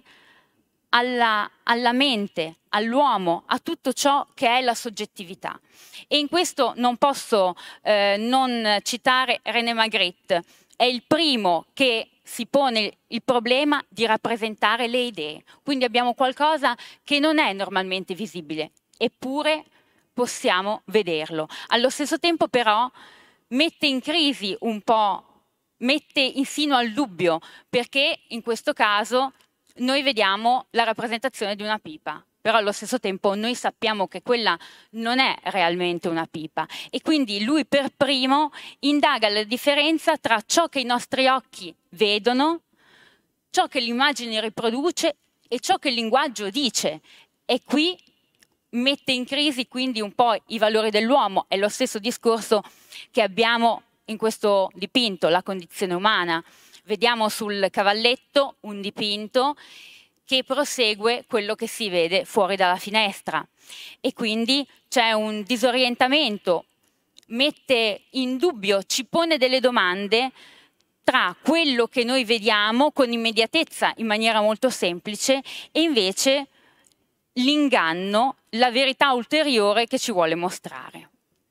alla mente, all'uomo, a tutto ciò che è la soggettività. E in questo non posso non citare René Magritte. È il primo che si pone il problema di rappresentare le idee. Quindi abbiamo qualcosa che non è normalmente visibile, eppure possiamo vederlo. Allo stesso tempo però mette in crisi un po', mette sino al dubbio, perché in questo caso noi vediamo la rappresentazione di una pipa, però allo stesso tempo noi sappiamo che quella non è realmente una pipa e quindi lui per primo indaga la differenza tra ciò che i nostri occhi vedono, ciò che l'immagine riproduce e ciò che il linguaggio dice. E qui mette in crisi quindi un po' i valori dell'uomo. È lo stesso discorso che abbiamo in questo dipinto, la condizione umana. Vediamo sul cavalletto un dipinto che prosegue quello che si vede fuori dalla finestra e quindi c'è un disorientamento, mette in dubbio, ci pone delle domande tra quello che noi vediamo con immediatezza in maniera molto semplice e invece l'inganno, la verità ulteriore che ci vuole mostrare.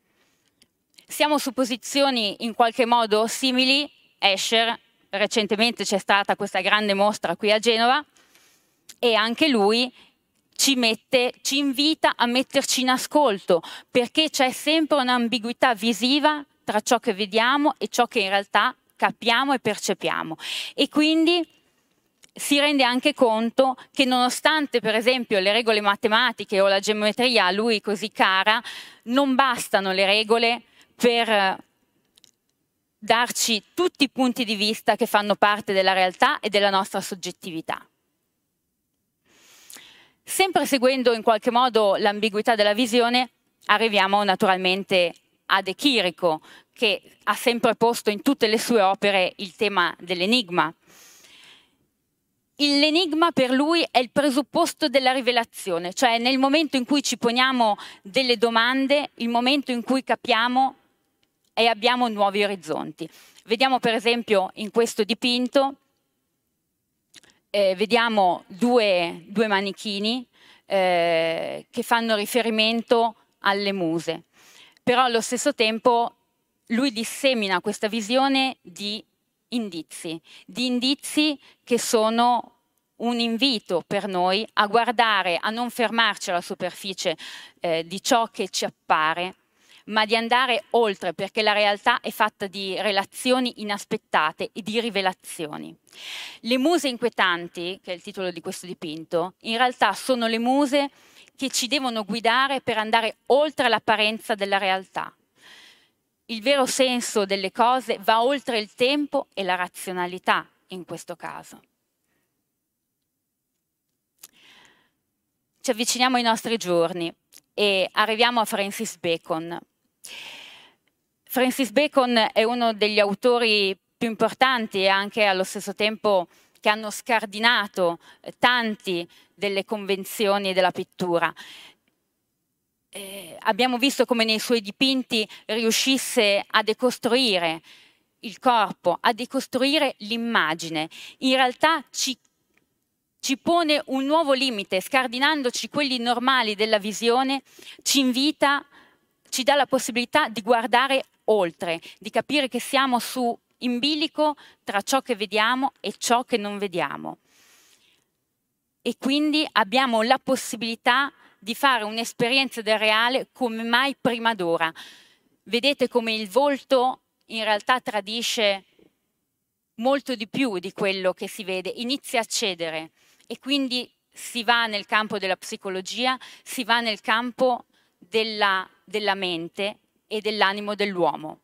Siamo su posizioni in qualche modo simili. Escher, recentemente c'è stata questa grande mostra qui a Genova e anche lui ci invita a metterci in ascolto, perché c'è sempre un'ambiguità visiva tra ciò che vediamo e ciò che in realtà capiamo e percepiamo. E quindi si rende anche conto che nonostante per esempio le regole matematiche o la geometria a lui così cara, non bastano le regole per darci tutti i punti di vista che fanno parte della realtà e della nostra soggettività. Sempre seguendo in qualche modo l'ambiguità della visione, arriviamo naturalmente a De Chirico, che ha sempre posto in tutte le sue opere il tema dell'enigma. L'enigma per lui è il presupposto della rivelazione, cioè nel momento in cui ci poniamo delle domande, il momento in cui capiamo e abbiamo nuovi orizzonti. Vediamo per esempio in questo dipinto, vediamo due manichini che fanno riferimento alle muse, però allo stesso tempo lui dissemina questa visione di indizi che sono un invito per noi a guardare, a non fermarci alla superficie di ciò che ci appare, ma di andare oltre, perché la realtà è fatta di relazioni inaspettate e di rivelazioni. Le muse inquietanti, che è il titolo di questo dipinto, in realtà sono le muse che ci devono guidare per andare oltre l'apparenza della realtà. Il vero senso delle cose va oltre il tempo e la razionalità in questo caso. Ci avviciniamo ai nostri giorni e arriviamo a Francis Bacon. Francis Bacon è uno degli autori più importanti e anche allo stesso tempo che hanno scardinato tanti delle convenzioni della pittura. Abbiamo visto come nei suoi dipinti riuscisse a decostruire il corpo, a decostruire l'immagine. In realtà ci pone un nuovo limite, scardinandoci quelli normali della visione, ci dà la possibilità di guardare oltre, di capire che siamo in bilico tra ciò che vediamo e ciò che non vediamo. E quindi abbiamo la possibilità di fare un'esperienza del reale come mai prima d'ora. Vedete come il volto in realtà tradisce molto di più di quello che si vede, inizia a cedere e quindi si va nel campo della psicologia, si va nel campo della mente e dell'animo dell'uomo.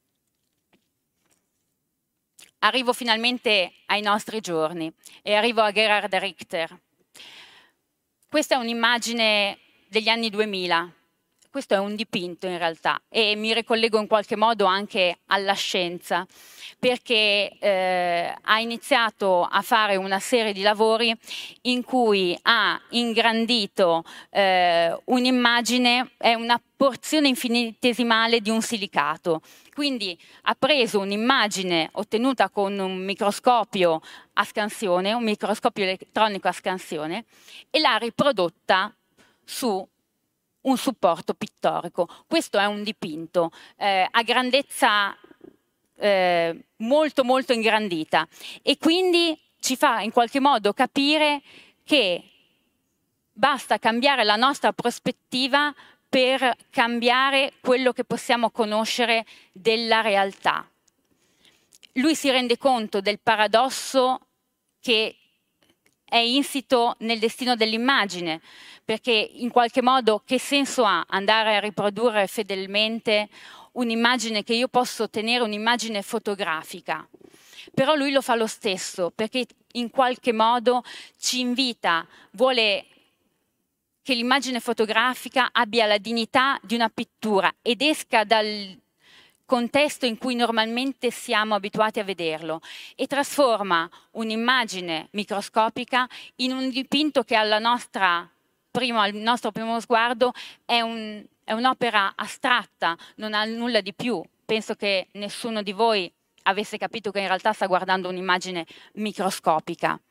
Arrivo finalmente ai nostri giorni e arrivo a Gerhard Richter. Questa è un'immagine degli anni 2000, questo è un dipinto in realtà, e mi ricollego in qualche modo anche alla scienza, perché ha iniziato a fare una serie di lavori in cui ha ingrandito un'immagine, è una porzione infinitesimale di un silicato. Quindi ha preso un'immagine ottenuta con un microscopio a scansione, un microscopio elettronico a scansione, e l'ha riprodotta su un supporto pittorico. Questo è un dipinto a grandezza molto molto ingrandita, e quindi ci fa in qualche modo capire che basta cambiare la nostra prospettiva per cambiare quello che possiamo conoscere della realtà. Lui si rende conto del paradosso che è insito nel destino dell'immagine, perché in qualche modo che senso ha andare a riprodurre fedelmente un'immagine che io posso ottenere, un'immagine fotografica? Però lui lo fa lo stesso, perché in qualche modo ci invita, vuole che l'immagine fotografica abbia la dignità di una pittura ed esca dal contesto in cui normalmente siamo abituati a vederlo, e trasforma un'immagine microscopica in un dipinto che al nostro primo sguardo è un'opera astratta, non ha nulla di più. Penso che nessuno di voi avesse capito che in realtà sta guardando un'immagine microscopica.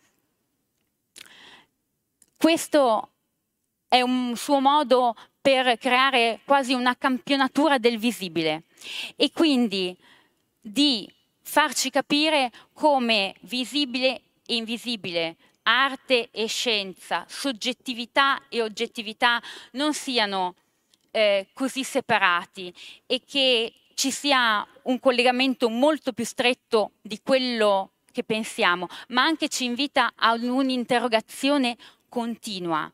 Questo è un suo modo per creare quasi una campionatura del visibile, e quindi di farci capire come visibile e invisibile, arte e scienza, soggettività e oggettività non siano così separati, e che ci sia un collegamento molto più stretto di quello che pensiamo, ma anche ci invita a un'interrogazione continua.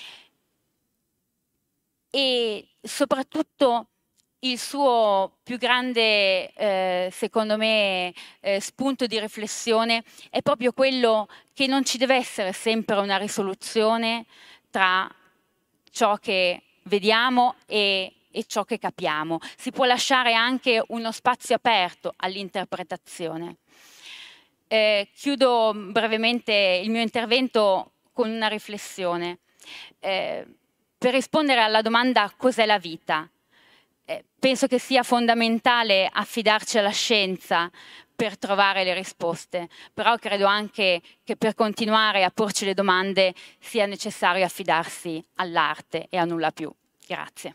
E soprattutto il suo più grande, secondo me, spunto di riflessione è proprio quello che non ci deve essere sempre una risoluzione tra ciò che vediamo e ciò che capiamo. Si può lasciare anche uno spazio aperto all'interpretazione. Chiudo brevemente il mio intervento con una riflessione. Per rispondere alla domanda cos'è la vita, penso che sia fondamentale affidarci alla scienza per trovare le risposte, però credo anche che per continuare a porci le domande sia necessario affidarsi all'arte e a nulla più. Grazie.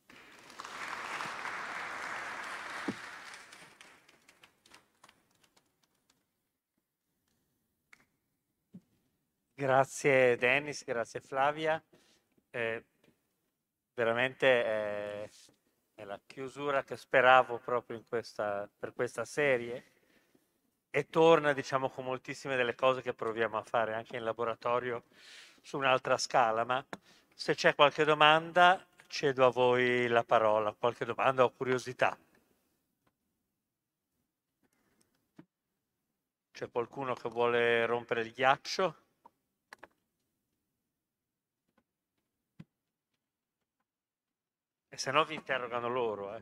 Grazie Dennis, grazie Flavia. Veramente è la chiusura che speravo proprio per questa serie, e torna, diciamo, con moltissime delle cose che proviamo a fare anche in laboratorio su un'altra scala. Ma se c'è qualche domanda, cedo a voi la parola. Qualche domanda o curiosità? C'è qualcuno che vuole rompere il ghiaccio? E se no vi interrogano loro.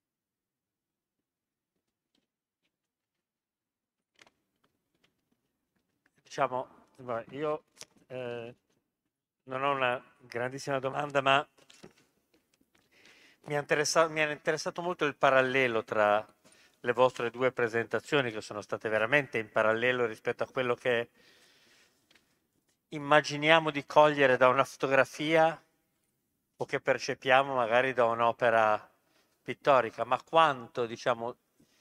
Diciamo, io non ho una grandissima domanda, ma mi ha interessato molto il parallelo tra le vostre due presentazioni, che sono state veramente in parallelo rispetto a quello che immaginiamo di cogliere da una fotografia o che percepiamo magari da un'opera pittorica, ma quanto, diciamo,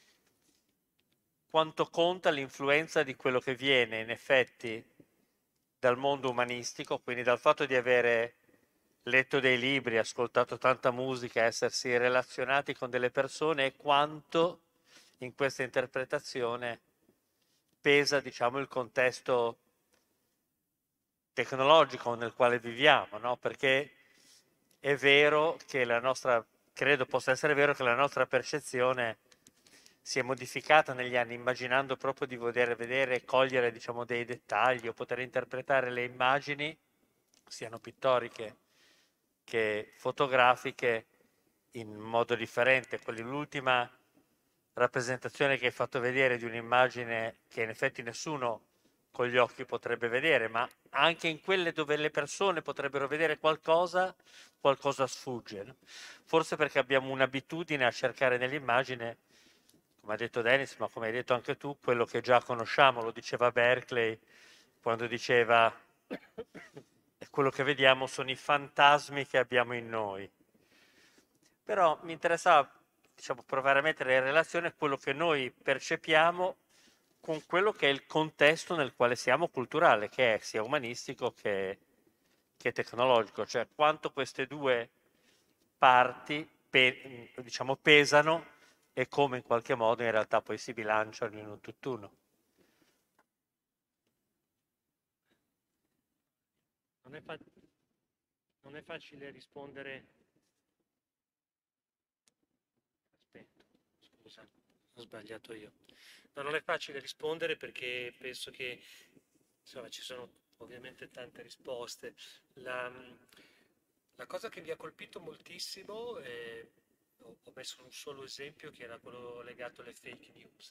quanto conta l'influenza di quello che viene in effetti dal mondo umanistico, quindi dal fatto di avere letto dei libri, ascoltato tanta musica, essersi relazionati con delle persone, e quanto in questa interpretazione pesa, diciamo, il contesto tecnologico nel quale viviamo, no? Perché è vero che credo possa essere vero che la nostra percezione si è modificata negli anni, immaginando proprio di poter vedere e cogliere, diciamo, dei dettagli o poter interpretare le immagini, siano pittoriche che fotografiche, in modo differente. L'ultima rappresentazione che hai fatto vedere di un'immagine che in effetti nessuno con gli occhi potrebbe vedere, ma anche in quelle dove le persone potrebbero vedere qualcosa sfugge, no? Forse perché abbiamo un'abitudine a cercare nell'immagine, come ha detto Dennis, ma come hai detto anche tu, quello che già conosciamo. Lo diceva Berkeley quando diceva quello che vediamo sono i fantasmi che abbiamo in noi. Però mi interessava, diciamo, provare a mettere in relazione quello che noi percepiamo con quello che è il contesto nel quale siamo, culturale, che è sia umanistico che tecnologico, cioè quanto queste due parti diciamo, pesano e come in qualche modo in realtà poi si bilanciano in un tutt'uno. Non è facile rispondere. Aspetta, scusa, ho sbagliato io. No, non è facile rispondere perché penso che insomma, ci sono ovviamente tante risposte. La cosa che mi ha colpito moltissimo, ho messo un solo esempio che era quello legato alle fake news.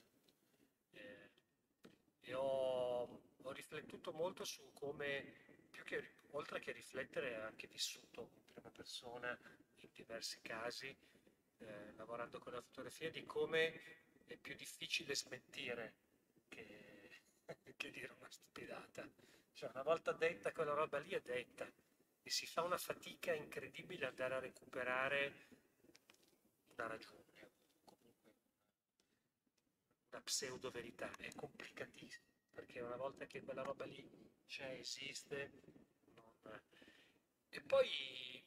E ho riflettuto molto su come, oltre che riflettere, anche vissuto in prima persona in diversi casi, lavorando con la fotografia, di come è più difficile smentire che dire una stupidata. Cioè, una volta detta quella roba lì è detta e si fa una fatica incredibile andare a recuperare una ragione, comunque una pseudo verità. È complicatissimo perché una volta che quella roba lì c'è, esiste, non... E poi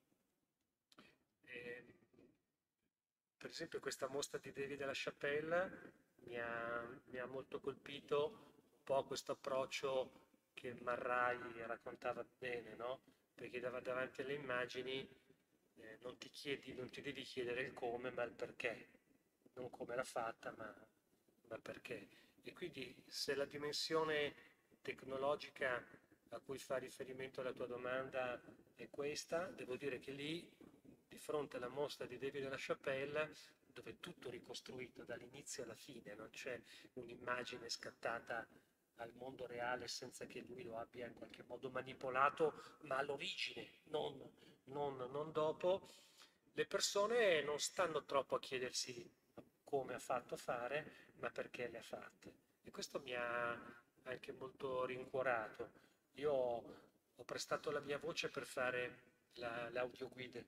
per esempio questa mostra di David LaChapelle mi ha molto colpito un po' questo approccio che Marrai raccontava bene, no? Perché davanti alle immagini non ti devi chiedere il come, ma il perché. Non come l'ha fatta, ma perché. E quindi se la dimensione tecnologica a cui fa riferimento la tua domanda è questa, devo dire che lì, di fronte alla mostra di David LaChapelle, dove è tutto ricostruito dall'inizio alla fine, non c'è un'immagine scattata al mondo reale senza che lui lo abbia in qualche modo manipolato, ma all'origine, non dopo, le persone non stanno troppo a chiedersi come ha fatto a fare, ma perché le ha fatte. E questo mi ha anche molto rincuorato. Io ho prestato la mia voce per fare l'audioguide.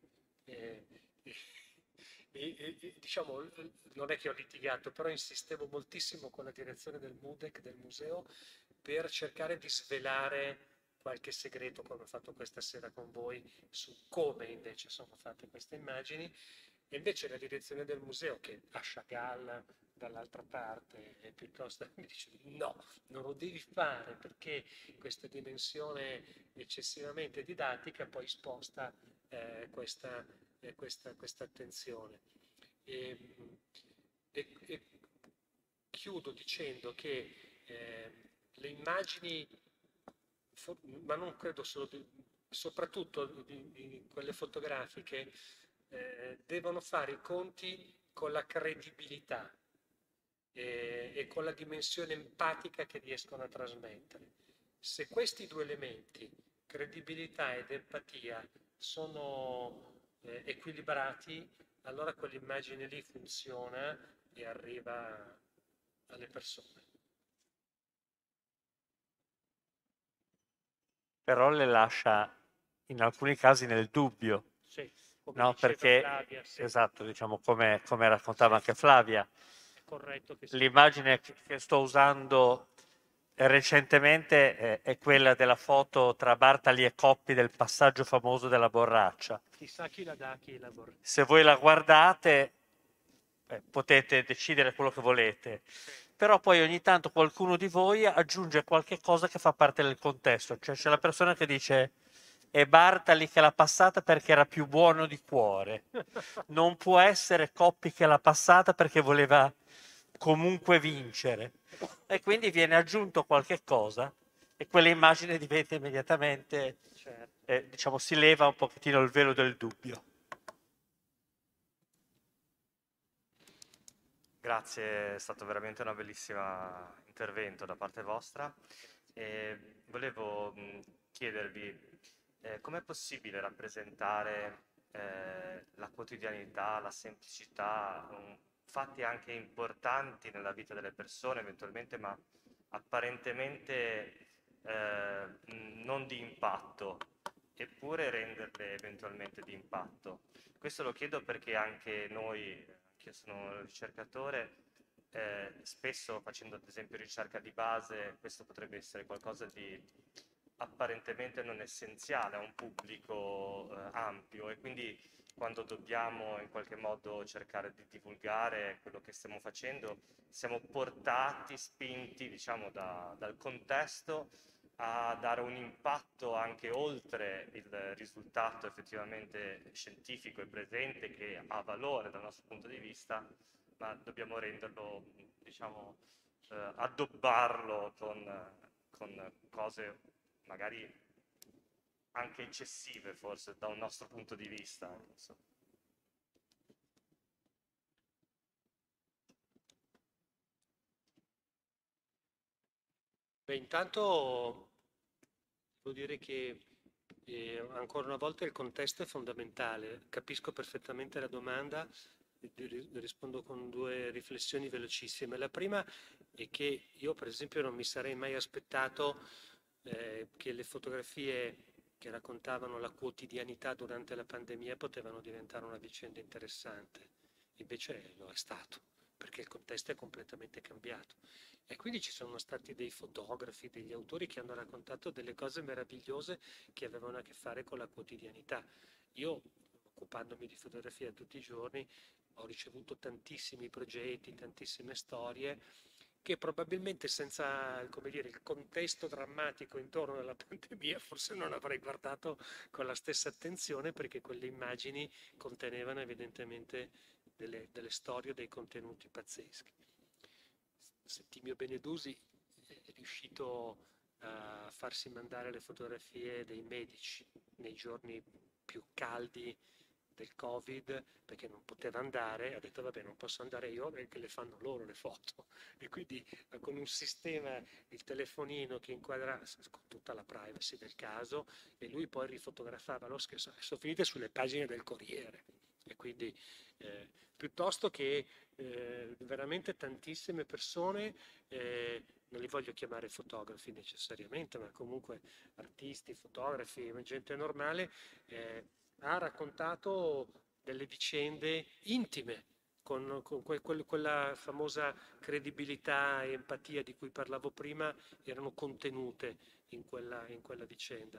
Diciamo, non è che ho litigato, però insistevo moltissimo con la direzione del MUDEC, del museo, per cercare di svelare qualche segreto, come ho fatto questa sera con voi, su come invece sono fatte queste immagini. E invece la direzione del museo, che ha Chagall dall'altra parte, piuttosto mi dice no, non lo devi fare perché questa dimensione eccessivamente didattica poi sposta questa attenzione. E chiudo dicendo che le immagini, ma non credo solo, soprattutto di quelle fotografiche, devono fare i conti con la credibilità e con la dimensione empatica che riescono a trasmettere. Se questi due elementi, credibilità ed empatia, sono equilibrati, allora quell'immagine lì funziona e arriva alle persone. Però le lascia in alcuni casi nel dubbio. Sì, come no? Perché Flavia, sì. Esatto, diciamo come raccontava anche Flavia. È corretto che L'immagine che sto usando recentemente è quella della foto tra Bartali e Coppi del passaggio famoso della borraccia. Chissà chi la dà, chi la vorrà. Se voi la guardate potete decidere quello che volete, però poi ogni tanto qualcuno di voi aggiunge qualche cosa che fa parte del contesto, cioè c'è la persona che dice è Bartali che l'ha passata perché era più buono di cuore, non può essere Coppi che l'ha passata perché voleva comunque vincere, e quindi viene aggiunto qualche cosa e quell'immagine diventa immediatamente, diciamo, si leva un pochettino il velo del dubbio. Grazie, è stato veramente una bellissima intervento da parte vostra. E volevo chiedervi com'è possibile rappresentare la quotidianità, la semplicità, fatti anche importanti nella vita delle persone eventualmente, ma apparentemente non di impatto, eppure renderle eventualmente di impatto. Questo lo chiedo perché anche noi, anch'io sono ricercatore, spesso facendo ad esempio ricerca di base, questo potrebbe essere qualcosa di apparentemente non essenziale a un pubblico ampio, e quindi quando dobbiamo in qualche modo cercare di divulgare quello che stiamo facendo, siamo portati, spinti, diciamo, dal contesto a dare un impatto anche oltre il risultato effettivamente scientifico e presente, che ha valore dal nostro punto di vista, ma dobbiamo renderlo, diciamo, addobbarlo con cose magari anche eccessive, forse, da un nostro punto di vista. Beh, intanto devo dire che ancora una volta il contesto è fondamentale. Capisco perfettamente la domanda e rispondo con due riflessioni velocissime. La prima è che io, per esempio, non mi sarei mai aspettato che le fotografie che raccontavano la quotidianità durante la pandemia potevano diventare una vicenda interessante. Invece lo è stato, perché il contesto è completamente cambiato. E quindi ci sono stati dei fotografi, degli autori che hanno raccontato delle cose meravigliose che avevano a che fare con la quotidianità. Io, occupandomi di fotografia tutti i giorni, ho ricevuto tantissimi progetti, tantissime storie che probabilmente senza, come dire, il contesto drammatico intorno alla pandemia forse non avrei guardato con la stessa attenzione, perché quelle immagini contenevano evidentemente delle storie, dei contenuti pazzeschi. Settimio Benedusi è riuscito a farsi mandare le fotografie dei medici nei giorni più caldi del Covid, perché non poteva andare, ha detto vabbè, non posso andare io perché le fanno loro le foto, e quindi con un sistema, il telefonino che inquadra con tutta la privacy del caso, e lui poi rifotografava lo scherzo. Sono finite sulle pagine del Corriere, e quindi piuttosto che veramente tantissime persone, non li voglio chiamare fotografi necessariamente, ma comunque artisti, fotografi, gente normale, ha raccontato delle vicende intime, con quella famosa credibilità e empatia di cui parlavo prima, erano contenute in quella vicenda.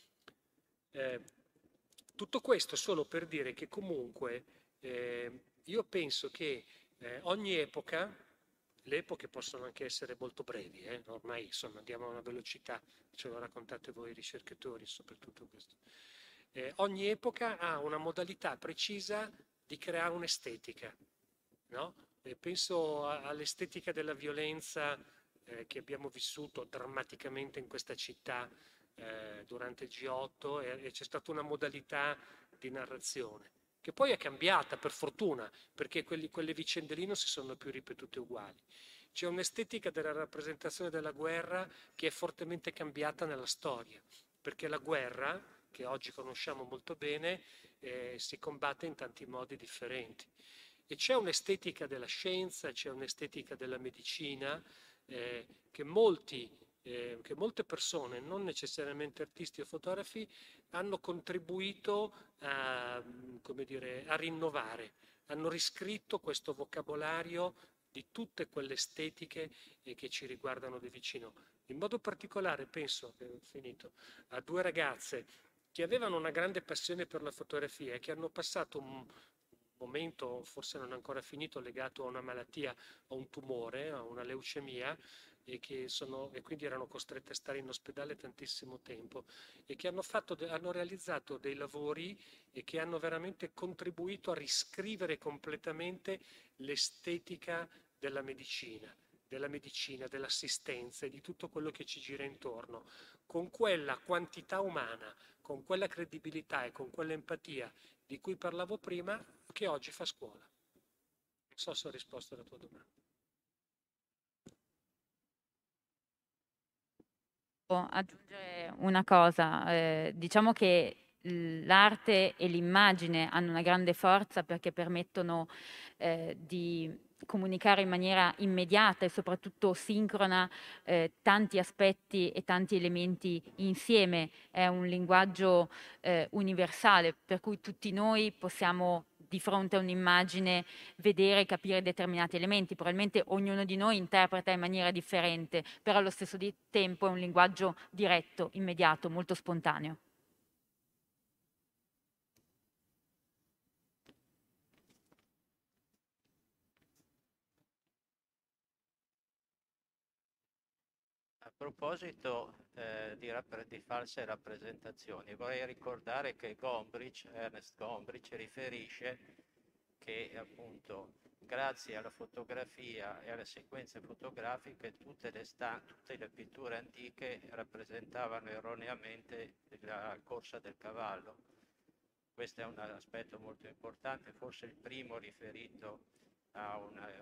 Tutto questo solo per dire che comunque io penso che ogni epoca, le epoche possono anche essere molto brevi, ormai insomma andiamo a una velocità, ce lo raccontate voi ricercatori soprattutto questo. Ogni epoca ha una modalità precisa di creare un'estetica, no? Penso all'estetica della violenza che abbiamo vissuto drammaticamente in questa città durante il G8, e c'è stata una modalità di narrazione che poi è cambiata per fortuna, perché quelle vicende lì non si sono più ripetute uguali. C'è un'estetica della rappresentazione della guerra che è fortemente cambiata nella storia, perché la guerra, che oggi conosciamo molto bene, si combatte in tanti modi differenti. E c'è un'estetica della scienza, c'è un'estetica della medicina che molte persone, non necessariamente artisti o fotografi, hanno contribuito come dire, a rinnovare, hanno riscritto questo vocabolario di tutte quelle estetiche che ci riguardano di vicino. In modo particolare penso, che ho finito, a due ragazze che avevano una grande passione per la fotografia e che hanno passato un momento, forse non ancora finito, legato a una malattia, a un tumore, a una leucemia, e quindi erano costrette a stare in ospedale tantissimo tempo, e che hanno realizzato dei lavori e che hanno veramente contribuito a riscrivere completamente l'estetica della medicina, dell'assistenza e di tutto quello che ci gira intorno, con quella quantità umana, con quella credibilità e con quella empatia di cui parlavo prima, che oggi fa scuola. Non so se ho risposto alla tua domanda. Aggiungere una cosa, diciamo che l'arte e l'immagine hanno una grande forza perché permettono di comunicare in maniera immediata e soprattutto sincrona tanti aspetti e tanti elementi insieme. È un linguaggio universale per cui tutti noi possiamo di fronte a un'immagine vedere e capire determinati elementi. Probabilmente ognuno di noi interpreta in maniera differente, però allo stesso tempo è un linguaggio diretto, immediato, molto spontaneo. A proposito di false rappresentazioni, vorrei ricordare che Ernest Gombrich riferisce che appunto grazie alla fotografia e alle sequenze fotografiche tutte le pitture antiche rappresentavano erroneamente la corsa del cavallo. Questo è un aspetto molto importante, forse il primo riferito a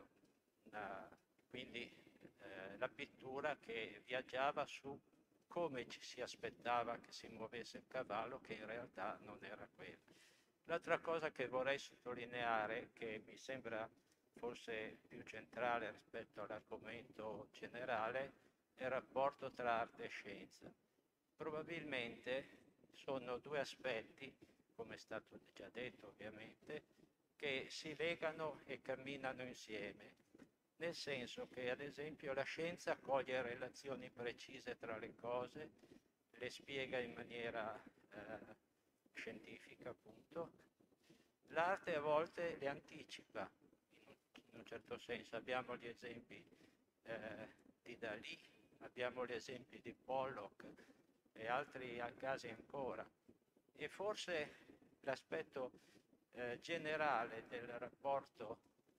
quindi la pittura che viaggiava su come ci si aspettava che si muovesse il cavallo, che in realtà non era quello. L'altra cosa che vorrei sottolineare, che mi sembra forse più centrale rispetto all'argomento generale, è il rapporto tra arte e scienza. Probabilmente sono due aspetti, come è stato già detto ovviamente, che si legano e camminano insieme. Nel senso che, ad esempio, la scienza coglie relazioni precise tra le cose, le spiega in maniera scientifica, appunto. L'arte a volte le anticipa, in un certo senso. Abbiamo gli esempi di Dalì, abbiamo gli esempi di Pollock e altri casi ancora. E forse l'aspetto generale del rapporto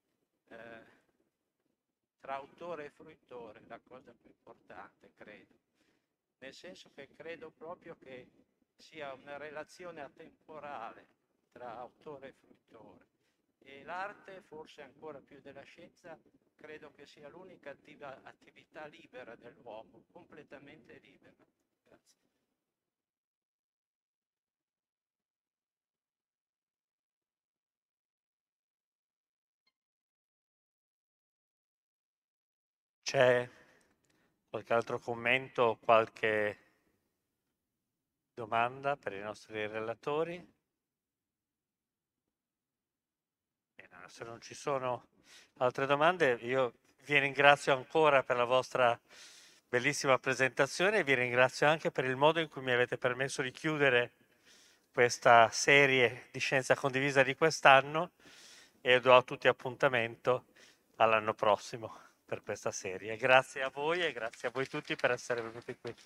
tra autore e fruitore è la cosa più importante, credo. Nel senso che credo proprio che sia una relazione atemporale tra autore e fruitore. E l'arte, forse ancora più della scienza, credo che sia l'unica attività libera dell'uomo, completamente libera. Grazie. C'è qualche altro commento, qualche domanda per i nostri relatori? Bene, se non ci sono altre domande, io vi ringrazio ancora per la vostra bellissima presentazione e vi ringrazio anche per il modo in cui mi avete permesso di chiudere questa serie di Scienza Condivisa di quest'anno e do a tutti appuntamento all'anno prossimo per questa serie. Grazie a voi e grazie a voi tutti per essere venuti qui.